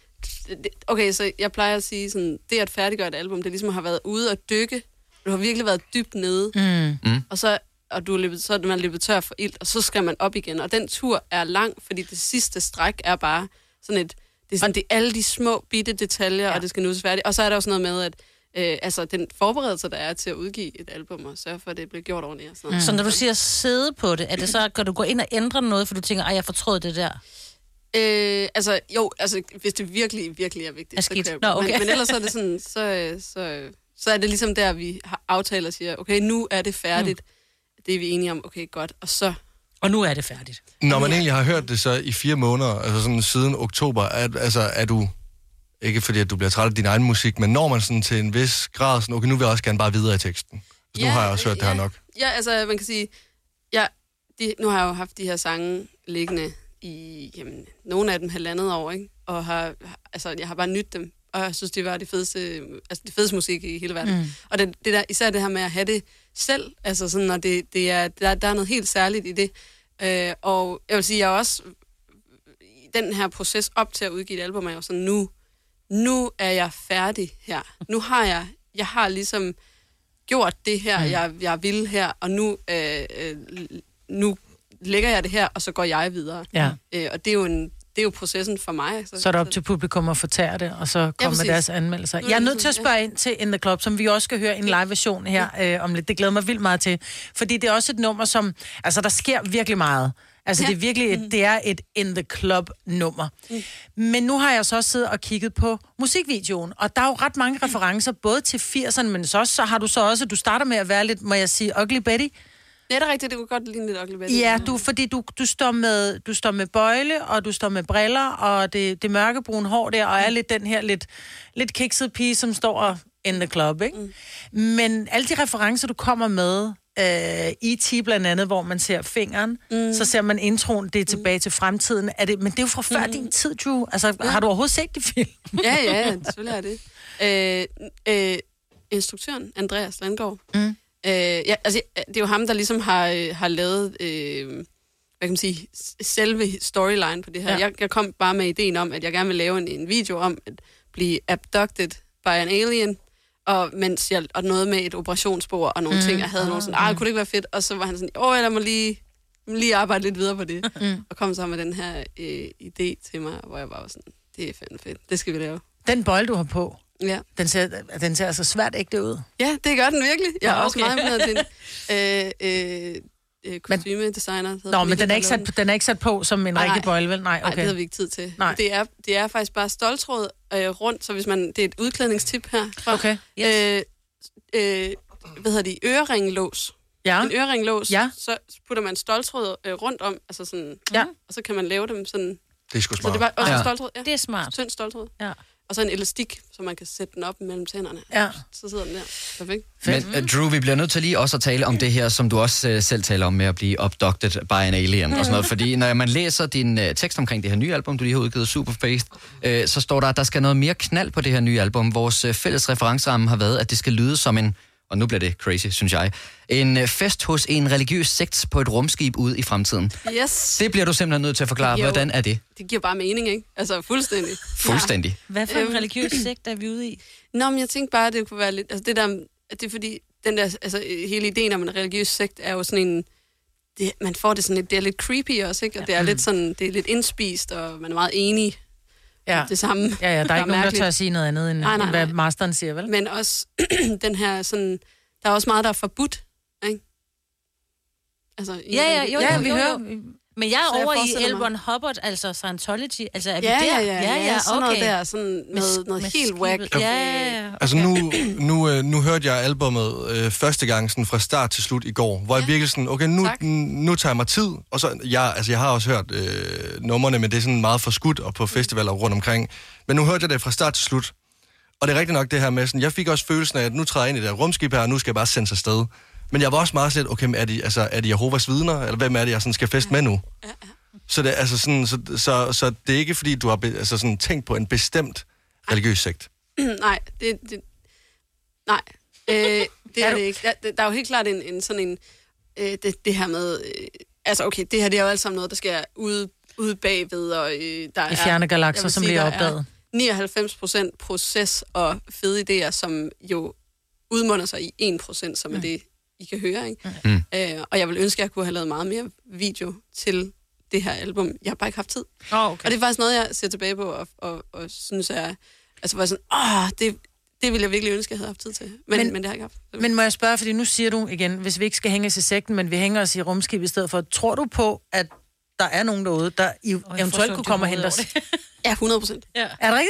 Okay, så jeg plejer at sige sådan, det at færdiggøre et album, det ligesom har været ude og dykke. Du har virkelig været dybt nede. Mm. Mm. Og så og du er løbet, så er man løbet tør for ilt, og så skal man op igen. Og den tur er lang, fordi det sidste stræk er bare sådan et... Det er, sådan, det er alle de små, bitte detaljer, ja. Og det skal nu færdigt. Og så er der også noget med, at øh, altså, den forberedelse, der er til at udgive et album, og sørge for, at det bliver gjort ordentligt. Og sådan. Mm. Så når du siger sidde på det, er det så, kan du gå ind og ændre noget, for du tænker, ej, jeg fortrød det der? Øh, altså, jo, altså, hvis det virkelig, virkelig er vigtigt. Er skidt. Så kan, Nå, okay. men, men ellers så er det sådan, så, så, så er det ligesom der, vi har aftalt og siger, okay, nu er det færdigt. Mm. Det er vi enige om, okay, godt. Og så... Og nu er det færdigt. Når man egentlig har hørt det så i fire måneder, altså sådan siden oktober, er, altså er du, ikke fordi at du bliver træt af din egen musik, men når man sådan til en vis grad, sådan, okay, nu vil jeg også gerne bare videre i teksten. Så ja, nu har jeg også hørt ja, det her nok. Ja, altså man kan sige, ja, de, nu har jeg jo haft de her sange liggende i, jamen, nogle af dem halvandet år, ikke? Og har, altså jeg har bare nydt dem, og jeg synes, det var det fedeste, altså det fedeste musik i hele verden. Mm. Og det, det der, især det her med at have det selv, altså sådan, og det, det er, der, der er noget helt særligt i det. Øh, og jeg vil sige, jeg er også i den her proces op til at udgive et album, er jo sådan, nu, nu er jeg færdig her. Nu har jeg, jeg har ligesom gjort det her, mm. jeg, jeg vil her, og nu, øh, øh, nu lægger jeg det her, og så går jeg videre. Ja. Øh, og det er jo en det er jo processen for mig. Så, så er det op til publikum at fortære det, og så komme ja, med deres anmeldelser. Jeg er nødt til at spørge ind til In The Club, som vi også skal høre en live-version her øh, om lidt. Det glæder mig vildt meget til. Fordi det er også et nummer, som... Altså, der sker virkelig meget. Altså, ja. det er virkelig et, det er et In The Club-nummer. Mm. Men nu har jeg så også siddet og kigget på musikvideoen, og der er jo ret mange referencer, både til firserne, men så, også, så har du så også... Du starter med at være lidt, må jeg sige, Ugly Betty. Ja, det er rigtigt. Det kunne godt ligne lidt Ugly Betty. Ja, du, fordi du, du, står med, du står med bøjle, og du står med briller, og det, det mørkebrune hår der, og er lidt den her lidt, lidt kiksede pige, som står in the club, ikke? Mm. Men alle de referencer, du kommer med, øh, E T blandt andet, hvor man ser fingeren, mm. så ser man introen, det er tilbage mm. til fremtiden. Er det, men det er jo fra før mm. din tid, Drew. Altså, ja. Har du overhovedet set det film? ja, ja, selvfølgelig er det. Øh, øh, instruktøren, Andreas Landgaard, mm. Øh, ja, altså, det er jo ham, der ligesom har, har lavet, øh, hvad kan man sige, selve storyline på det her. Ja. Jeg, jeg kom bare med ideen om, at jeg gerne vil lave en, en video om at blive abducted by an alien, og, mens jeg, og noget med et operationsbord og nogle mm. ting, jeg havde nogle sådan, ah, kunne det ikke være fedt? Og så var han sådan, åh, jeg må lige, lige arbejde lidt videre på det. Mm. Og kom så med den her øh, idé til mig, hvor jeg bare var sådan, det er fandme fedt, det skal vi lave. Den bold, du har på, ja. Den ser, den ser altså svært ægte ud. Ja, det gør den virkelig. Jeg er okay. også meget med den øh, øh, kostymedesigner. Nå, men den er, ikke sat, den er ikke sat på som en rigtig bøjle, vel? Nej, okay. Nej, det havde vi ikke tid til. Nej. Det, er, det er faktisk bare ståltråd øh, rundt, så hvis man... Det er et udklædningstip her. Fra, okay. Yes. Øh, øh, hvad hedder det? Øreringlås. Ja. En øreringlås. Ja. Så putter man ståltråd øh, rundt om, altså sådan... Ja. Og så kan man lave dem sådan... Det er sgu smart. Så det er bare, også ja. ståltråd. Ja. Det er smart. Tynd ståltråd. Ja. Og så en elastik, så man kan sætte den op mellem tænderne. Ja. Så sidder den der. Perfekt. Men uh, Drew, vi bliver nødt til lige også at tale om det her, som du også uh, selv taler om med at blive abducted by an alien mm. og sådan noget. Fordi når man læser din uh, tekst omkring det her nye album, du lige har udgivet, Superfaced, uh, så står der, at der skal noget mere knald på det her nye album. Vores uh, fælles referenceramme har været, at det skal lyde som en, og nu bliver det crazy, synes jeg, en uh, fest hos en religiøs sekt på et rumskib ude i fremtiden. Yes. Det bliver du simpelthen nødt til at forklare. Jo, hvordan er det? Det giver bare mening, ikke? Altså fuldstændig. Fuldstændig. Ja. Hvad for en religiøs sekt er vi ude i? Nå, men jeg tænkte bare, at det kunne være lidt... Altså det der... At det er fordi, den der... Altså hele ideen om en religiøs sekt er jo sådan en... Det, man får det sådan lidt... Det er lidt creepy også, ikke? Og det er lidt sådan... Det er lidt indspist, og man er meget enig. Ja. Det samme. Ja, ja, der er ikke nogen, der tør at sige noget andet, end, nej, nej, nej. end hvad masteren siger, vel? Men også den her sådan... Der er også meget, der er forbudt, ikke? Altså, ja, ja, jo, ja, jo, vi jo, hører... jo. Men jeg er Så over jeg i L. Ron Hubbard, altså Scientology. Altså, er vi ja, der? Ja, ja, ja, ja, sådan okay. noget der, sådan noget, noget helt whack. Ja, ja, ja. Okay. Altså nu, nu, nu hørte jeg albumet øh, første gang sådan fra start til slut i går, hvor ja. jeg virkelig sådan, okay, nu, nu tager jeg mig tid, og så, jeg, altså jeg har også hørt øh, numrene, men det er sådan meget forskudt og på festivaler rundt omkring, men nu hørte jeg det fra start til slut, og det er rigtigt nok det her med sådan, jeg fik også følelsen af, at nu træder jeg ind i det her rumskib her, og nu skal jeg bare sendes afsted. Men jeg var også meget slet, okay, er de, altså, er de Jehovas vidner, eller hvem er det, jeg sådan skal feste med nu? Ja, ja. Så det, altså sådan, så, så, så det er ikke, fordi du har be, altså sådan, tænkt på en bestemt religiøs sekt? Nej, det, det, nej, øh, det er, er det ikke. Der, der er jo helt klart en, en sådan en, øh, det, det her med, øh, altså okay, det her det er jo alt sammen noget, der skal ude, ude bagved, og øh, der i fjerne galakser, som bliver opdaget. nioghalvfems procent proces og fede idéer, som jo udmunder sig i en procent, som mm. er det, I kan høre, ikke? Mm. Øh, og jeg vil ønske, at jeg kunne have lavet meget mere video til det her album. Jeg har bare ikke haft tid. Oh, okay. Og det er faktisk noget, jeg ser tilbage på, og, og, og synes, er... Altså, var sådan, åh, det, det ville jeg virkelig ønske, jeg havde haft tid til. Men, men, men det har jeg ikke haft. Men må jeg spørge, fordi nu siger du igen, hvis vi ikke skal hænge os i sekten, men vi hænger os i rumskib i stedet for, tror du på, at der er nogen derude, der oh, eventuelt kunne komme og hente os? Ja, hundrede procent. Ja. Er det rigtigt? Ja.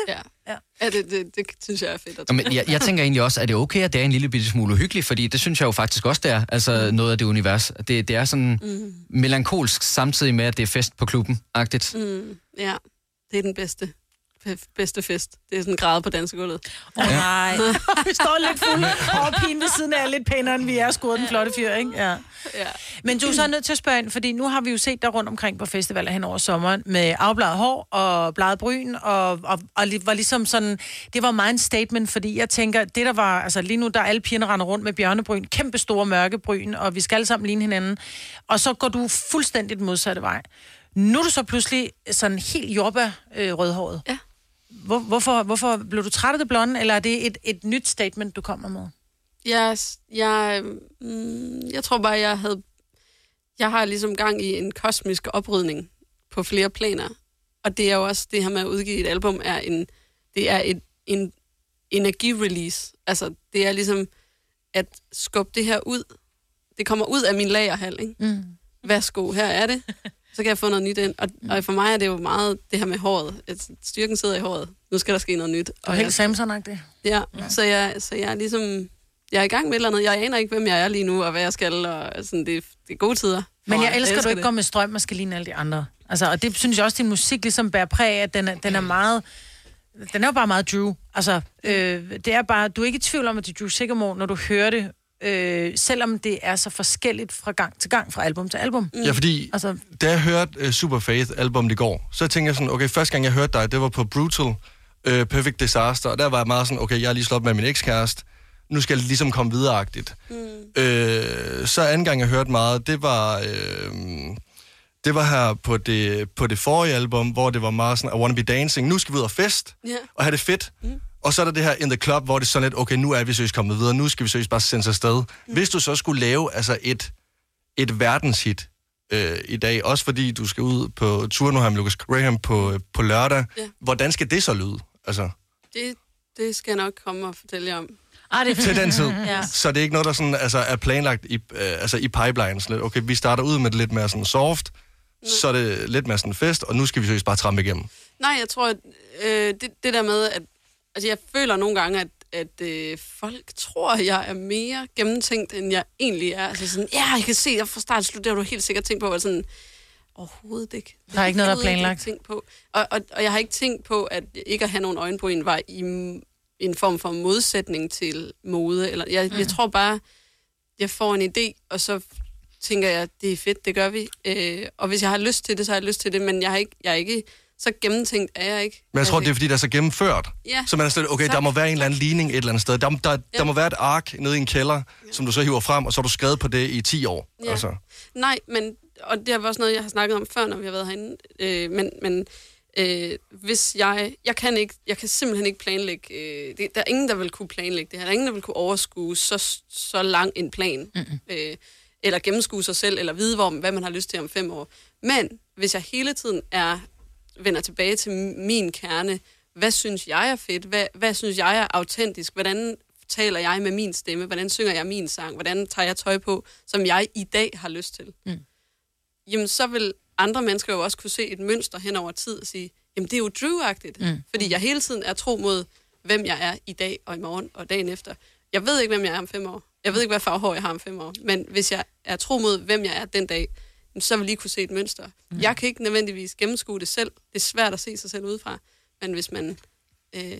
Ja, ja det, det, det synes jeg er fedt. At Men jeg, jeg tænker egentlig også, at det er okay, at det er en lille bitte smule uhyggeligt, fordi det synes jeg jo faktisk også, det er. Altså mm. noget af det univers. Det, det er sådan mm. melankolsk, samtidig med, at det er fest på klubben-agtigt. Mm. Ja, det er den bedste. bedste fest. Det er sådan en grad på dansegulvet. Åh oh, nej. Vi står lidt fulde og pigen ved siden af lidt pænere, end vi er skudt den flotte fyr, ikke? Ja. Ja. Men du er så nødt til at spørge ind, fordi nu har vi jo set dig rundt omkring på festivaler hen over sommeren med afbladet hår og bladet bryn, og, og, og var ligesom sådan, det var meget en statement, fordi jeg tænker, det der var, altså lige nu, der alle pigerne render rundt med bjørnebryn, kæmpe store mørkebryn, og vi skal alle sammen ligne hinanden, og så går du fuldstændigt modsatte vej. Nu er du så pludselig sådan helt jordbær øh, rødhåret. Ja. Hvor, hvorfor, hvorfor blev du træt af det blonde, eller er det et, et nyt statement, du kommer med? Yes, jeg, mm, jeg tror bare, jeg havde... Jeg har ligesom gang i en kosmisk oprydning på flere planer. Og det er jo også det her med at udgive et album, er en, det er et, en energirelease. Altså, det er ligesom at skubbe det her ud. Det kommer ud af min lagerhal, ikke? Mm. Værsgo, her er det. Så kan jeg få noget nyt ind. Og, og for mig er det jo meget det her med håret. At styrken sidder i håret. Nu skal der ske noget nyt. Og helt Samson-agtigt. Ja, ja. Så, jeg, så jeg er ligesom... Jeg er i gang med et eller andet. Jeg aner ikke, hvem jeg er lige nu, og hvad jeg skal. Og sådan, det, det er gode tider. Men jeg elsker, jeg elsker du ikke det. Går med strøm og skal ligne alle de andre. Altså, og det synes jeg også, din musik ligesom bærer præg af, at den er, den er meget... Den er jo bare meget Drew. Altså, øh, det er bare... Du er ikke i tvivl om, at det er Drew Sigamore, når du hører det. Øh, selvom det er så forskelligt fra gang til gang, fra album til album. Mm. Ja, fordi altså, da jeg hørte uh, Super Faith-albummet i går, så tænkte jeg sådan, okay, første gang jeg hørte dig, det var på Brutal, uh, Perfect Disaster, og der var jeg meget sådan, okay, jeg har lige slået med min ekskæreste, nu skal jeg ligesom komme videreagtigt. Mm. Uh, så anden gang jeg hørte meget, det var... Uh, det var her på det, på det forrige album, hvor det var meget sådan, I wanna be dancing, nu skal vi ud og fest, yeah. og have det fedt. Mm. Og så er der det her In The Club, hvor det er sådan lidt, okay, nu er vi seriøst kommet videre, nu skal vi seriøst bare sende sig afsted. Mm. Hvis du så skulle lave altså et, et verdenshit øh, i dag, også fordi du skal ud på tur nu her med Lucas Graham på, på lørdag, yeah. hvordan skal det så lyde? Altså? Det, det skal jeg nok komme og fortælle jer om. Ah, det er til den tid. Ja. Så det er ikke noget, der sådan, altså, er planlagt i, øh, altså, i pipelines. Okay, vi starter ud med det lidt mere sådan soft, mm. så er det lidt mere sådan fest, og nu skal vi seriøst bare trampe igennem. Nej, jeg tror, at øh, det, det der med, at altså, jeg føler nogle gange, at, at øh, folk tror, at jeg er mere gennemtænkt, end jeg egentlig er. Altså sådan, ja, jeg kan se, at fra start slut, det har du helt sikkert tænkt på, og sådan, overhovedet ikke. Der er ikke noget, der er planlagt. Tænkt på. Og, og, og jeg har ikke tænkt på, at ikke at have nogen øjenbryn var i en form for modsætning til mode. Eller, jeg, mm. jeg tror bare, jeg får en idé, og så tænker jeg, det er fedt, det gør vi. Øh, og hvis jeg har lyst til det, så har jeg lyst til det, men jeg, har ikke, jeg er ikke... Så gennemtænkt er jeg ikke. Men jeg tror, det er, fordi det er så gennemført. Ja. Så man er sådan, okay, tak. Der må være en eller anden ligning et eller andet sted. Der, der, ja. der må være et ark nede i en kælder, ja. som du så hiver frem, og så har du skrevet på det i ti år. Ja. Altså. Nej, men, og det er også noget, jeg har snakket om før, når vi har været herinde. Øh, men men øh, hvis jeg... Jeg kan, ikke, jeg kan simpelthen ikke planlægge... Øh, det, der er ingen, der vil kunne planlægge det her. Der er ingen, der vil kunne overskue så, så lang en plan. Mm-hmm. Øh, eller gennemskue sig selv, eller vide, hvor, hvad man har lyst til om fem år. Men hvis jeg hele tiden er... vender tilbage til min kerne. Hvad synes jeg er fedt? Hvad, hvad synes jeg er autentisk? Hvordan taler jeg med min stemme? Hvordan synger jeg min sang? Hvordan tager jeg tøj på, som jeg i dag har lyst til? Mm. Jamen, så vil andre mennesker jo også kunne se et mønster hen over tid og sige, jamen, det er jo Drew-agtigt. Mm. Fordi jeg hele tiden er tro mod, hvem jeg er i dag og i morgen og dagen efter. Jeg ved ikke, hvem jeg er om fem år. Jeg ved ikke, hvad farvehår jeg har om fem år. Men hvis jeg er tro mod, hvem jeg er den dag, så vil I kunne se et mønster. Mm. Jeg kan ikke nødvendigvis gennemskue det selv. Det er svært at se sig selv udefra. Men hvis man øh,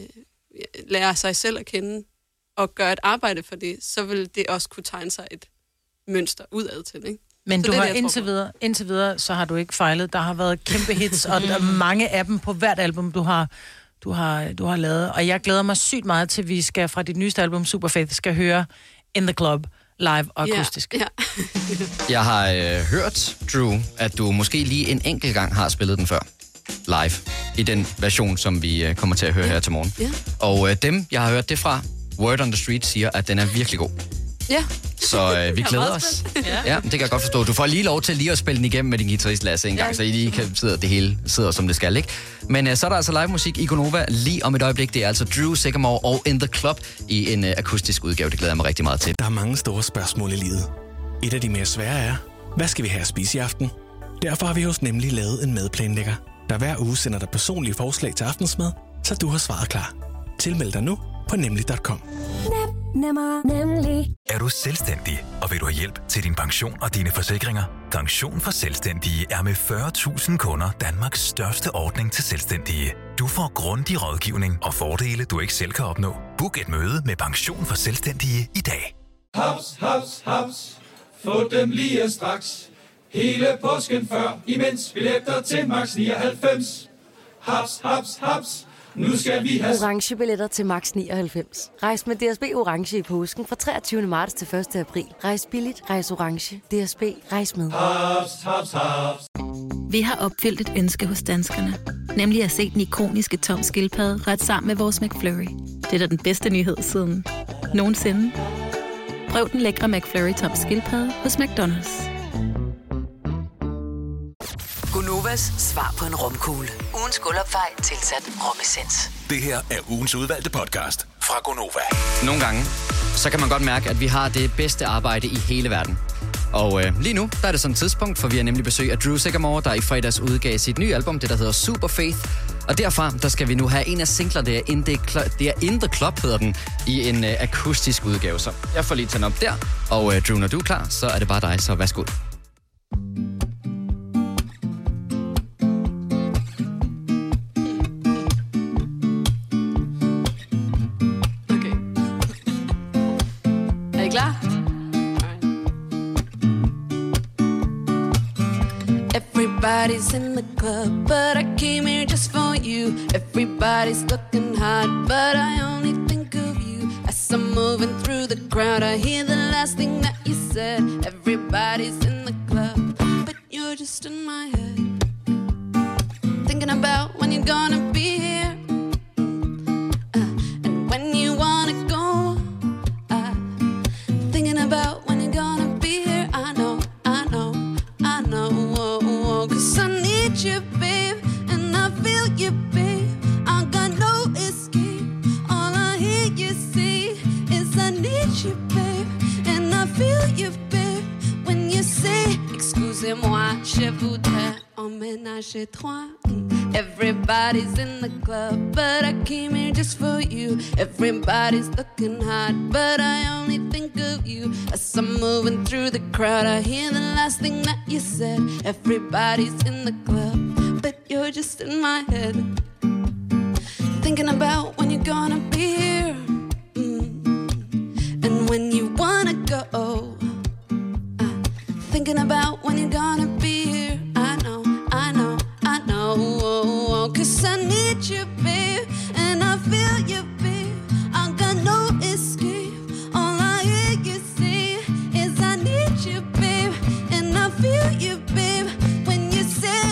lærer sig selv at kende og gør et arbejde for det, så vil det også kunne tegne sig et mønster udad til, ikke? Men så du det, har det, indtil videre, indtil videre, så har du ikke fejlet. Der har været kæmpe hits, og der er mange af dem på hvert album, du har, du har, du har lavet. Og jeg glæder mig sygt meget til, at vi skal fra dit nyeste album, Super Faith, skal høre In The Club live og akustisk. Ja, ja. Jeg har øh, hørt, Drew, at du måske lige en enkelt gang har spillet den før. Live. I den version, som vi øh, kommer til at høre her til morgen. Ja. Og øh, dem, jeg har hørt det fra, Word on the Street, siger, at den er virkelig god. Ja. Så øh, vi glæder os. Ja. ja, det kan jeg godt forstå. Du får lige lov til lige at spille den igennem med din guitarist Lasse en gang, ja. Så I lige kan sidde, det hele sidder som det skal, ikke? Men øh, så er der altså live musik i Gonova lige om et øjeblik. Det er altså Drew Sigamore og In The Club i en øh, akustisk udgave. Det glæder jeg mig rigtig meget til. Der er mange store spørgsmål i livet. Et af de mere svære er, hvad skal vi have at spise i aften? Derfor har vi hos Nemlig lavet en madplanlægger, der hver uge sender dig personlige forslag til aftensmad, så du har svaret klar. Tilmeld dig nu på nemlig punktum com. Nem, nemmer, nemlig. Er du selvstændig, og vil du have hjælp til din pension og dine forsikringer? Pension for Selvstændige er med fyrre tusind kunder Danmarks største ordning til selvstændige. Du får grundig rådgivning og fordele, du ikke selv kan opnå. Book et møde med Pension for Selvstændige i dag. Haps, haps, haps. Få dem lige straks. Hele påsken før, imens billetter til max nioghalvfems. Haps, haps, haps. Nu skal vi have Orange billetter til max nioghalvfems. Rejs med D S B Orange i påsken fra treogtyvende marts til første april. Rejs billigt, rejs orange. D S B, rejs med. haps, haps, haps. Vi har opfyldt et ønske hos danskerne. Nemlig at se den ikoniske Tom Skildpadde ret sammen med vores McFlurry. Det er da den bedste nyhed siden nogensinde. Prøv den lækre McFlurry Tom Skildpadde hos McDonald's. Gonovas svar på en romkugle. Ugens guldopfej tilsat romessens. Det her er ugens udvalgte podcast fra Gonova. Nogle gange, så kan man godt mærke, at vi har det bedste arbejde i hele verden. Og øh, lige nu, der er det sådan et tidspunkt, for vi har nemlig besøg af Drew Sycamore, der i fredags udgav sit nye album, det der hedder Super Faith. Og derfra, der skal vi nu have en af singler, det er In The Club, det er In The Club hedder den, i en øh, akustisk udgave. Så jeg får lige tændt op der, og øh, Drew, når du er klar, så er det bare dig, så værsgo. Klar? Everybody's in the club, but I came here just for you. Everybody's looking hot, but I only think of you. As I'm moving through the crowd, I hear the last thing that you said. Everybody's in the club, but you're just in my head. Thinking about when you're gonna be here, uh, and when you wanna go. Uh, thinking about when you're gonna be here. I know, I know, I know. Oh, oh, 'cause I need you, babe, and I feel you, babe. I got no escape. All I hear you say is I need you, babe, and I feel you, babe. When you say, excusez-moi, je voudrais emménager trois. Everybody's in the club, but I came here just for you. Everybody's looking hot, but I only think of you. As I'm moving through the crowd, I hear the last thing that you said. Everybody's in the club, but you're just in my head. Thinking about when you're gonna be here, mm. and when you wanna go. Uh, thinking about when you're gonna be here. I know, I know, I know. Oh, 'cause I need you, babe, and I feel you, babe. I got no escape. All I hear you say is I need you, babe, and I feel you, babe, when you say,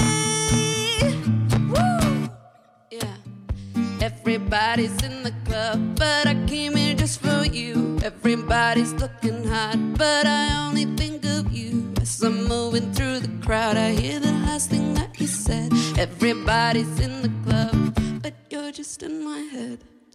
woo, yeah. Everybody's in the club, but I came here just for you. Everybody's looking hot, but I only think of you. As I'm moving through the crowd, I hear the last thing that you said. Everybody's in the club, but you're just in my head.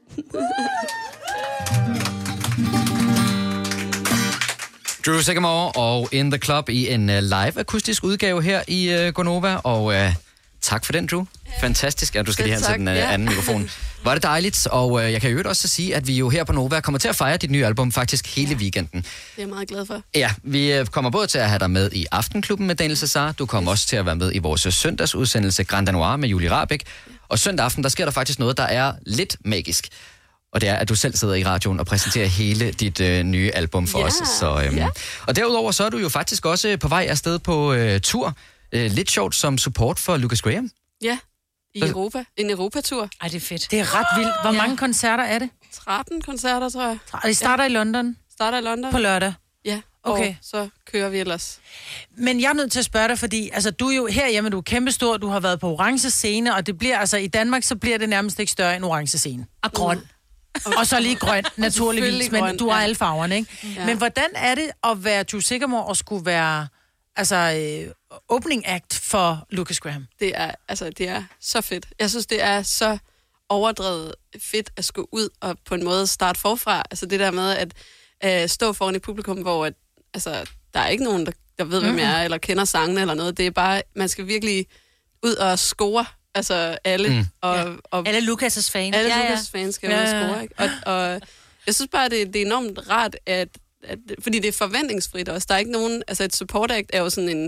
Drew Sycamore og In The Club i en uh, live akustisk udgave her i uh, Gonova, og uh, tak for den, Drew. Fantastisk. Ja, du skal lige have til den uh, ja. anden mikrofon. Var det dejligt, og uh, jeg kan jo også sige, at vi jo her på Nova kommer til at fejre dit nye album faktisk hele ja. weekenden. Det er jeg meget glad for. Ja, vi uh, kommer både til at have dig med i Aftenklubben med Daniel Cesar, du kommer yes. også til at være med i vores søndagsudsendelse Grand Danois med Julie Rahbek, ja. og søndag aften, der sker der faktisk noget, der er lidt magisk. Og det er, at du selv sidder i radioen og præsenterer hele dit øh, nye album for yeah. os. Så, øhm, yeah. Og derudover så er du jo faktisk også på vej afsted på øh, tur. Øh, lidt sjovt som support for Lucas Graham. Ja, i Europa. En Europatur. Ej, det er fedt. Det er ret vildt. Hvor ja. mange koncerter er det? tretten koncerter, tror jeg. Og de starter ja. i London? Starter i London. På lørdag? Ja, okay. Og så kører vi ellers. Men jeg er nødt til at spørge dig, fordi altså, du er jo herhjemme, du er kæmpestor, du har været på orange scene, og det bliver altså i Danmark, så bliver det nærmest ikke større end orange scene. Og grøn. Mm. Okay. Og så lige grøn, naturligvis, men grøn, du har ja. alle farverne, ikke? Ja. Men hvordan er det at være Drew Sycamore og skulle være altså øh, opening act for Lucas Graham? Det er, altså, det er så fedt. Jeg synes, det er så overdrevet fedt at skulle ud og på en måde starte forfra. Altså det der med at øh, stå foran et publikum, hvor at, altså, der er ikke nogen, der, der ved, hvem jeg er, eller kender sangene eller noget. Det er bare, man skal virkelig ud og score Altså alle. Mm. Og, ja. og, alle Lukas' fans. Alle ja, ja. Lukas' fans skal ja, jo ja. score, ikke? Og, og jeg synes bare, det, det er enormt rart, at, at... Fordi det er forventningsfrit også. Der er ikke nogen... Altså et support act er jo sådan en...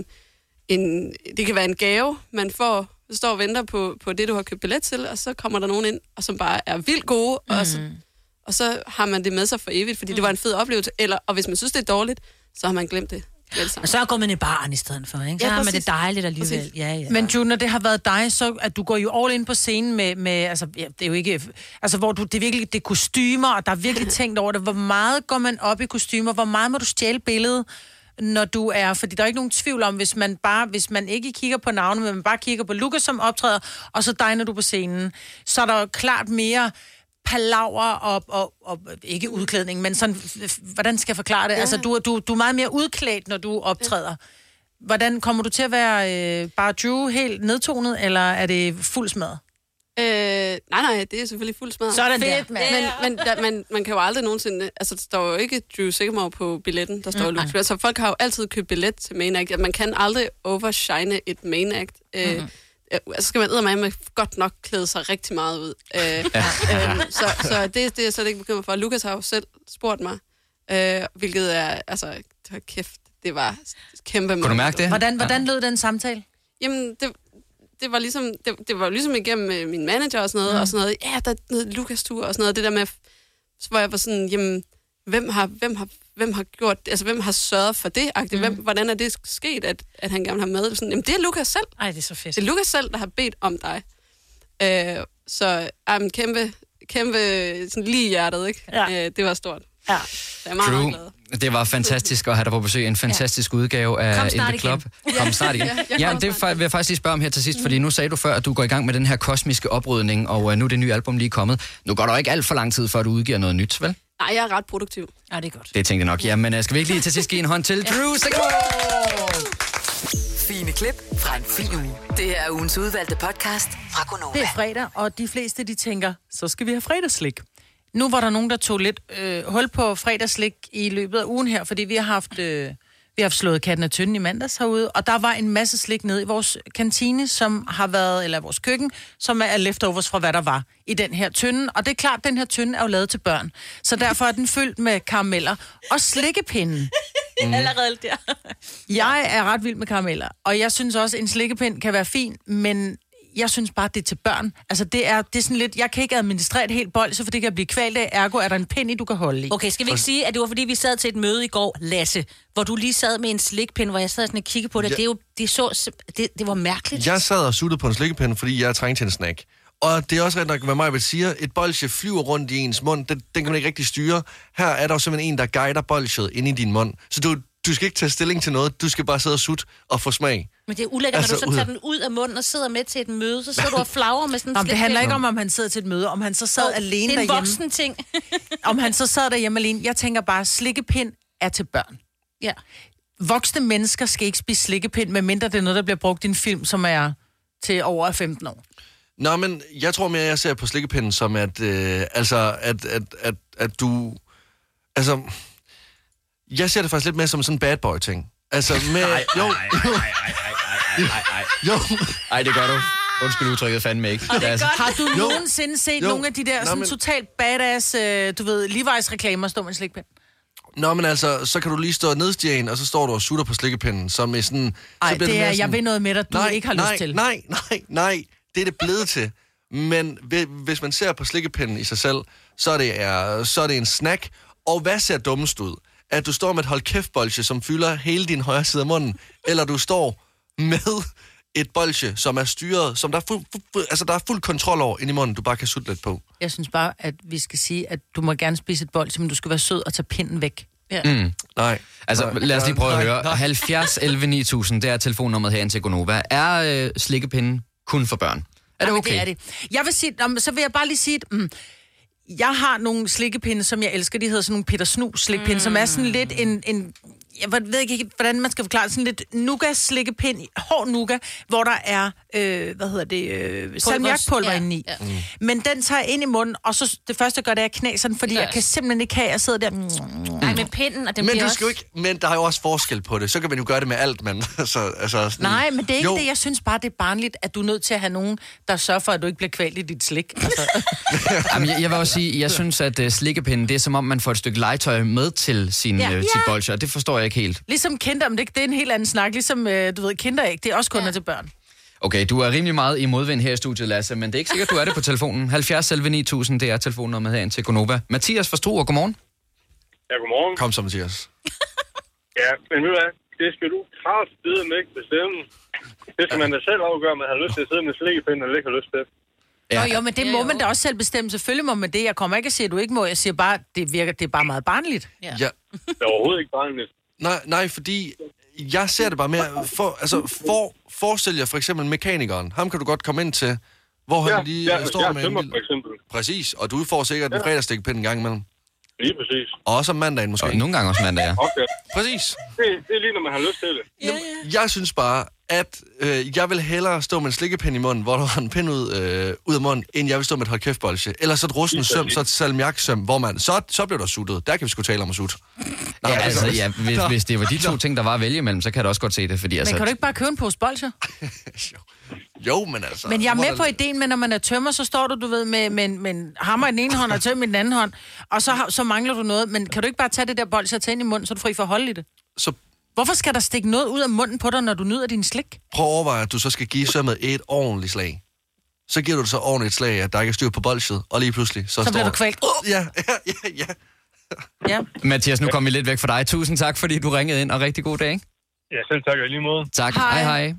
en det kan være en gave, man får... Du står og venter på, på det, du har købt billet til, og så kommer der nogen ind, og som bare er vildt gode, mm. og, så, og så har man det med sig for evigt, fordi mm. det var en fed oplevelse. Eller, og hvis man synes, det er dårligt, så har man glemt det. Og så går man i baren i stedet for, ikke? Så ja, har man det dejligt alligevel. Ja, ja. Men June, når det har været dig, så at du går jo all in på scenen med, med altså, ja, det er jo ikke, altså, hvor du, det er virkelig, det er kostymer, og der er virkelig tænkt over det. Hvor meget går man op i kostymer? Hvor meget må du stjæle billedet, når du er, fordi der er ikke nogen tvivl om, hvis man bare, hvis man ikke kigger på navnet, men man bare kigger på Lukas, som optræder, og så dig, når du er på scenen, så er der jo klart mere palaver og, og, og ikke udklædning, men sådan, hvordan skal jeg forklare det? Ja. Altså, du, du, du er meget mere udklædt, når du optræder. Hvordan kommer du til at være øh, bare Drew helt nedtonet, eller er det fuld smad? Øh, nej, nej, det er selvfølgelig fuld smad. Sådan fedt, der. Men, men der, man, man kan jo aldrig nogensinde... Altså, der står jo ikke Drew Sycamore på billetten, der står mm, Lukas. Altså, folk har jo altid købt billet til main act. Man kan aldrig overshine et main act. Øh, mm-hmm. Altså skal man eddermame med godt nok klæde sig rigtig meget ud. Øh, ja. øh, så så det, det er jeg slet ikke bekymret for. Lukas har jo selv spurgt mig, øh, hvilket er, altså, kæft, det var kæmpe måde. Kunne du mærke det? Hvordan, hvordan lød den samtale? Jamen, det, det var ligesom, det, det var ligesom igennem min manager og sådan noget, mm. og sådan noget, ja, der er noget Lukas-tur og sådan noget, det der med, hvor jeg var sådan, jamen, hvem har, hvem har, hvem har gjort, altså hvem har sørget for det? Mm. Hvem, hvordan er det sket, at, at han gerne har med? Sådan, jamen, det er Lukas selv. Ej, det er så fedt. Det er Lukas selv, der har bedt om dig. Øh, så um, kæmpe, kæmpe sådan lige i hjertet, ikke? Ja. Øh, det var stort. Ja. Jeg er meget, Drew, meget glad. det var fantastisk at have dig på besøg. En fantastisk ja. udgave af In The Club. Kom snart igen. Ja, ja, det vil jeg faktisk lige spørge om her til sidst, mm. fordi nu sagde du før, at du går i gang med den her kosmiske oprydning, og uh, nu er det nye album lige kommet. Nu går der ikke alt for lang tid, før du udgiver noget nyt, vel? Nej, jeg er ret produktiv. Ja, det er godt. Det tænkte jeg nok. Jamen, uh, skal vi ikke lige til sidst give en hånd til ja. Drew Sycamore? Fine klip fra en fin uge. Det her er ugens udvalgte podcast fra Gonova. Det er fredag, og de fleste, de tænker, så skal vi have fredagsslik. Nu var der nogen, der tog lidt øh, hul på fredagsslik i løbet af ugen her, fordi vi har haft, øh, vi har haft slået katten af tynden i mandags herude, og der var en masse slik nede i vores kantine, som har været, eller vores køkken, som er leftovers fra, hvad der var i den her tynde. Og det er klart, den her tynde er jo lavet til børn, så derfor er den fyldt med karameller og slikkepinden. Mm. Allerede der. Jeg er ret vild med karameller, og jeg synes også, at en slikkepind kan være fin, men jeg synes bare, det er til børn. Altså, det er, det er sådan lidt... Jeg kan ikke administrere et helt bold, så for det kan blive kvalt af. Ergo er der en pind i, du kan holde i. Okay, skal vi ikke sige, at det var fordi, vi sad til et møde i går, Lasse, hvor du lige sad med en slikpind, hvor jeg sad sådan og kiggede på det. Ja. Det er jo... Det, så, det, det var mærkeligt. Jeg sad og suttede på en slikkepind, fordi jeg trængte til en snack. Og det er også ret nok, hvad Majbert siger. Et bolsje flyver rundt i ens mund. Den, den kan man ikke rigtig styre. Her er der jo simpelthen en, der guider bolsjet ind i din mund. Så du... Du skal ikke tage stilling til noget. Du skal bare sidde og sutte og få smag. Men det er ulækkert, altså, når du så tager den ud af munden og sidder med til et møde, så sidder du og flagrer med sådan en slikpind. Det handler ikke om, om han sidder til et møde, om han så sad oh, alene derhjemme. Det er en voksen ting. Om han så sad derhjemme alene. Jeg tænker bare, slikkepind er til børn. Ja. Voksne mennesker skal ikke spise slikkepind, medmindre det er noget, der bliver brugt i en film, som er til over femten år. Nå, men jeg tror mere, jeg ser på slikkepinden som, at, øh, altså, at, at, at, at du... Altså... Jeg ser det faktisk lidt mere som sådan en bad boy ting. Altså med... Ej, jo, ej, ej, ej, ej, ej, ej, jo. Ej, det gør du. Undskyld udtrykket fandme ikke. Det altså. Har du jo. nogensinde set jo. nogle af de der sådan men... totalt badass, øh, du ved, Levi's reklamer stå med en slikpind? Nå, men altså, så kan du lige stå nedstige en, og så står du og sutter på slikkepinden, som er sådan... Ej, det, det er, sådan, jeg ved noget med dig, du nej, ikke har nej, lyst til. Nej, nej, nej, det er det blevet til. Men hvis man ser på slikkepinden i sig selv, så er det, er, så er det en snack. Og hvad ser dummest ud? At du står med et hold kæft bolsje, som fylder hele din højre side af munden, eller du står med et bolsje, som er styret, som der er fuld, fuld, altså der er fuld kontrol over ind i munden, du bare kan sutte lidt på. Jeg synes bare, at vi skal sige, at du må gerne spise et bolsje, men du skal være sød og tage pinden væk. Ja. Mm. Nej. Altså, nej, lad os lige prøve nej, at høre. nej. halvfjerds elleve ni tusind, det er telefonnummeret her til Gonova. Er øh, slikkepinden kun for børn? Er det okay? Ja, det er det. Jeg vil sige, så vil jeg bare lige sige, at mm, jeg har nogle slikkepinde, som jeg elsker. De hedder sådan nogle Peter Snus slikpinde, mm. som er sådan lidt en, en... jeg ved ikke, hvordan man skal forklare sådan lidt nougat-slikkepind, hård nougat, hvor der er, øh, hvad hedder det, øh, salmiakpulver ja, inde i. ja. Mm. Men den tager jeg ind i munden, og så det første, jeg gør, det er at knæse den, fordi jeg kan simpelthen ikke have, at jeg sidder der. Nej, med pinden, og den Men bliver du skal jo også... ikke, men der er jo også forskel på det. Så kan man jo gøre det med alt, men altså, altså sådan, Nej, men det er ikke jo. det. Jeg synes bare, det er barnligt, at du er nødt til at have nogen, der sørger for, at du ikke bliver kvalt i dit slik. Altså. Jamen, jeg, jeg vil også sige, jeg synes, at uh, slikkepinden, det er som om, man får et stykke legetøj med til sin, Ja. ja. uh, sit Ja. bolsje, og det forstår jeg ikke helt. Ligesom kinder, men det, det er en helt anden snak. Ligesom, øh, du ved, kinderæg, det er også kun ja. til børn. Okay, du er rimelig meget i modvind her i studiet, Lasse, men det er ikke sikkert, du er det på telefonen. halvfjerds selv ni tusind, det er telefonnummeret herind til Gonova. Mathias fra Struer, godmorgen. Ja, godmorgen. Kom så, Mathias. Ja, men ved du hvad? Det skal du kraftedeme ikke bestemme. Det skal man da selv afgøre, man har lyst til at sidde med slikkepinden, eller ikke har lyst til. Ja. Jo, jo, men det må man da også selv bestemme. Selvfølgelig må man det. Jeg kommer ikke at sige, at du ikke må. Jeg siger bare, det virker, det er bare meget barnligt. Ja. ja. Det er overhovedet ikke barnligt. Nej, nej, fordi jeg ser det bare mere... For, altså, for, forestil jer for eksempel mekanikeren. Ham kan du godt komme ind til, hvor han Ja, lige ja, står jeg med tømmer, en for eksempel. Præcis, og du får sikkert ja. en fredagstikpind en gang imellem. Lige præcis. Og også om mandagen måske. Og nogle gange også mandag, ja. Okay. Præcis. Det, det er lige, når man har lyst til det. Ja, ja. Jeg synes bare, at øh, jeg vil hellere stå med en slikkepind i munden, hvor der har en pind ud, øh, ud af munden, end jeg vil stå med et hold kæftbolsje. Eller så et rusten søm, så et salmiaksøm, hvor man... Så, så bliver der suttet. Der kan vi sgu tale om at sutte. Ja, altså, ja, hvis, hvis det var de to ting, der var at vælge imellem, så kan jeg da også godt se det, fordi altså... Men kan du ikke bare købe en pose bolsjer? Jo, men altså... Men jeg er med på ideen, men når man er tømmer, så står du, du ved, med, med, med en hammer i den ene hånd og tømmer i den anden hånd, og så, har, så mangler du noget. Men kan du ikke bare tage det der bolsje og tage ind i munden, så er du fri for at holde i det? Så... Hvorfor skal der stikke noget ud af munden på dig, når du nyder din slik? Prøv at overveje, at du så skal give sømmet et ordentligt slag. Så giver du det så ordentligt slag, at der ikke er styr på bolsjet, og lige pludselig så, Så står... bliver du kvalt. Uh, ja, ja, ja, ja. ja. Mathias, nu kom vi lidt væk fra dig. Tusind tak, fordi du ringede ind, og rigtig god dag. Ja, selv tak, og i lige måde. Tak. Hej, hej.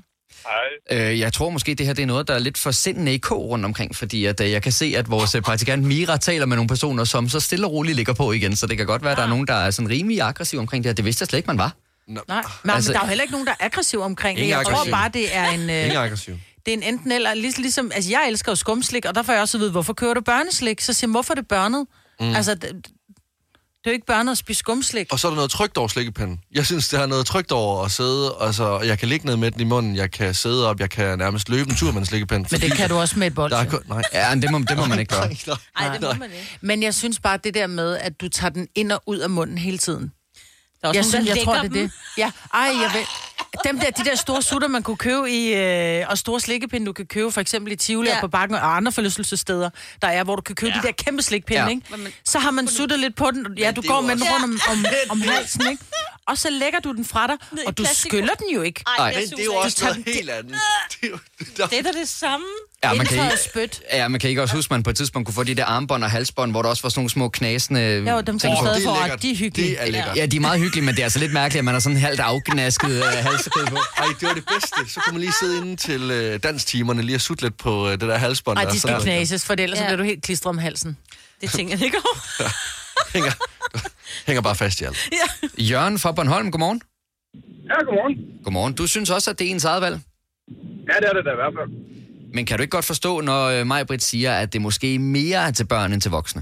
Hej. Øh, jeg tror måske, det her det er noget, der er lidt for sindende i k rundt omkring, fordi at, øh, jeg kan se, at vores øh, praktikant Mira taler med nogle personer, som så stille og roligt ligger på igen, så det kan godt være, at der er nogen, der er sådan rimelig aggressiv omkring det her. Det vidste jeg slet ikke, man var. Nej, men, altså, men der er jo heller ikke nogen, der er aggressiv omkring det. Jeg aggressiv. tror bare, det er en... Øh, Ingen aggressiv. Det er en enten eller, lig, ligesom... Altså, jeg elsker jo skumslik, og der får jeg også at vide, hvorfor kører du børneslik? Så siger jeg, hvorfor er det børnet? Mm. Altså, det, det er jo ikke børnet at spise skumslik. Og så er der noget trygt over slikkepinden. Jeg synes, det er noget trygt over at sidde, altså, jeg kan ligge ned med den i munden, jeg kan sidde op, jeg kan nærmest løbe en tur med en slikkepind. Men det kan du også med et bolsje. Kun, nej. Ja, det må, det må man ikke gøre. Nej, det må man ikke. Men jeg synes bare, det der med, at du tager den ind og ud af munden hele tiden. Der er også jeg nogen, synes, der jeg tror, det er lægger det. Ja, ej, jeg ved. Dem der, de der store sutter, man kunne købe i, øh, og store slikkepinde, du kan købe for eksempel i Tivoli ja. og på Bakken og andre forlystelsessteder, der er, hvor du kan købe ja. de der kæmpe slikpinde, Ja. ikke? Så har man suttet lidt på den, ja, du går med den rundt om, om, om halsen, ikke? Og så lægger du den fra dig, og du skyller den jo ikke. Ej, Men det er jo også noget helt andet. Det er jo, der... Det er da det samme. Ja, man kan, Indtøjet ikke, spyt. ja, man kan ikke også huske, at man på et tidspunkt kunne få de der armbånd og halsbånd, hvor der også var sådan nogle små knasende... Jo, dem kan ting du på. stadig det er få, lækkert. og de er hyggelige. Det er lækkert. Ja, de er meget hyggelige, men det er altså lidt mærkeligt, at man har sådan halvt afgnasket uh, halsekæde på. Ej, det var det bedste. Så kunne man lige sidde inde til øh, danstimerne, lige og sutte lidt på øh, det der halsbånd. Ej, der, de så skal der- knases, for ellers Ja. så bliver du helt klistret om halsen. Det tænker jeg ikke over. hænger, hænger bare fast i alt. Jørgen fra Bornholm, godmorgen. Ja, godmorgen. Godmorgen. Du synes også, at det er ens eget valg? Ja, det er det da i hvert fald. Men kan du ikke godt forstå, når øh, Maj-Brit siger, at det måske mere er til børn end til voksne?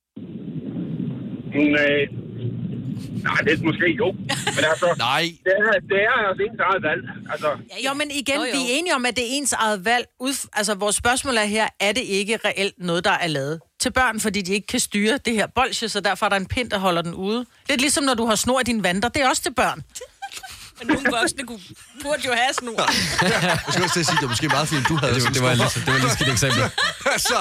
Nej, nej, det er måske jo. Men altså, Nej. det er, det er altså ens eget valg. Altså, Jo, men igen, Jo, jo. vi er enige om, at det er ens eget valg. Ud, altså, vores spørgsmål er her, er det ikke reelt noget, der er lavet til børn, fordi de ikke kan styre det her bolsje, så derfor er der en pind, der holder den ude. Lidt ligesom, når du har snor i dine vanter. Det er også til børn. Men nogle voksne kunne, burde jo have snor. Jeg skal også til at sige, det var måske meget fint, du havde Det var, det var, lige, det var lige skidt eksempel. så.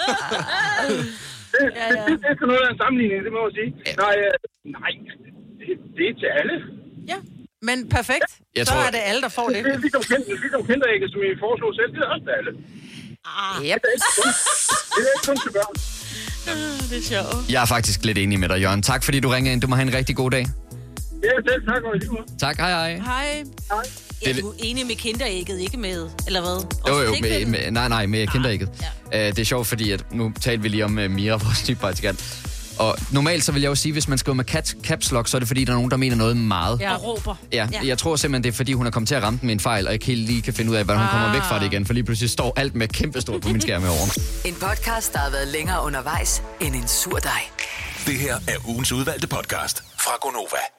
det, ja, ja. det, det er sådan noget af en sammenligning, det må jeg sige. Nej, øh, nej det, det er til alle. Ja, men perfekt. Jeg så tror- er det alle, der får det. Det er ligesom, kind, ligesom kinderægget, som I foreslog selv, det er også til alle. Ah, yep. Det er ikke kun, det er ikke kun til børn. Det er sjovt. Jeg er faktisk lidt enig med dig, Jørgen. Tak fordi du ringede ind. Du må have en rigtig god dag. Ja, selv tak, og i lige måde. Tak, hej hej. Hej. Hej. Er du enig med kinderægget, ikke med, eller hvad? Jo, Også jo, med, slikpinden? med, nej, nej, med kinderægget. Ja. Uh, det er sjovt, fordi at nu talte vi lige om uh, Mira, vores nye praktikant. Og normalt så vil jeg jo sige, hvis man skriver med cat, caps lock, så er det fordi, der er nogen, der mener noget meget. Ja, og råber. Ja, ja, jeg tror simpelthen, det er fordi, hun er kommet til at ramme den med en fejl, og ikke helt lige kan finde ud af, hvordan hun kommer væk fra det igen, for lige pludselig står alt med kæmpestort på min skærm herovre. En podcast, der har været længere undervejs end en sur dej. Det her er ugens udvalgte podcast fra Gonova.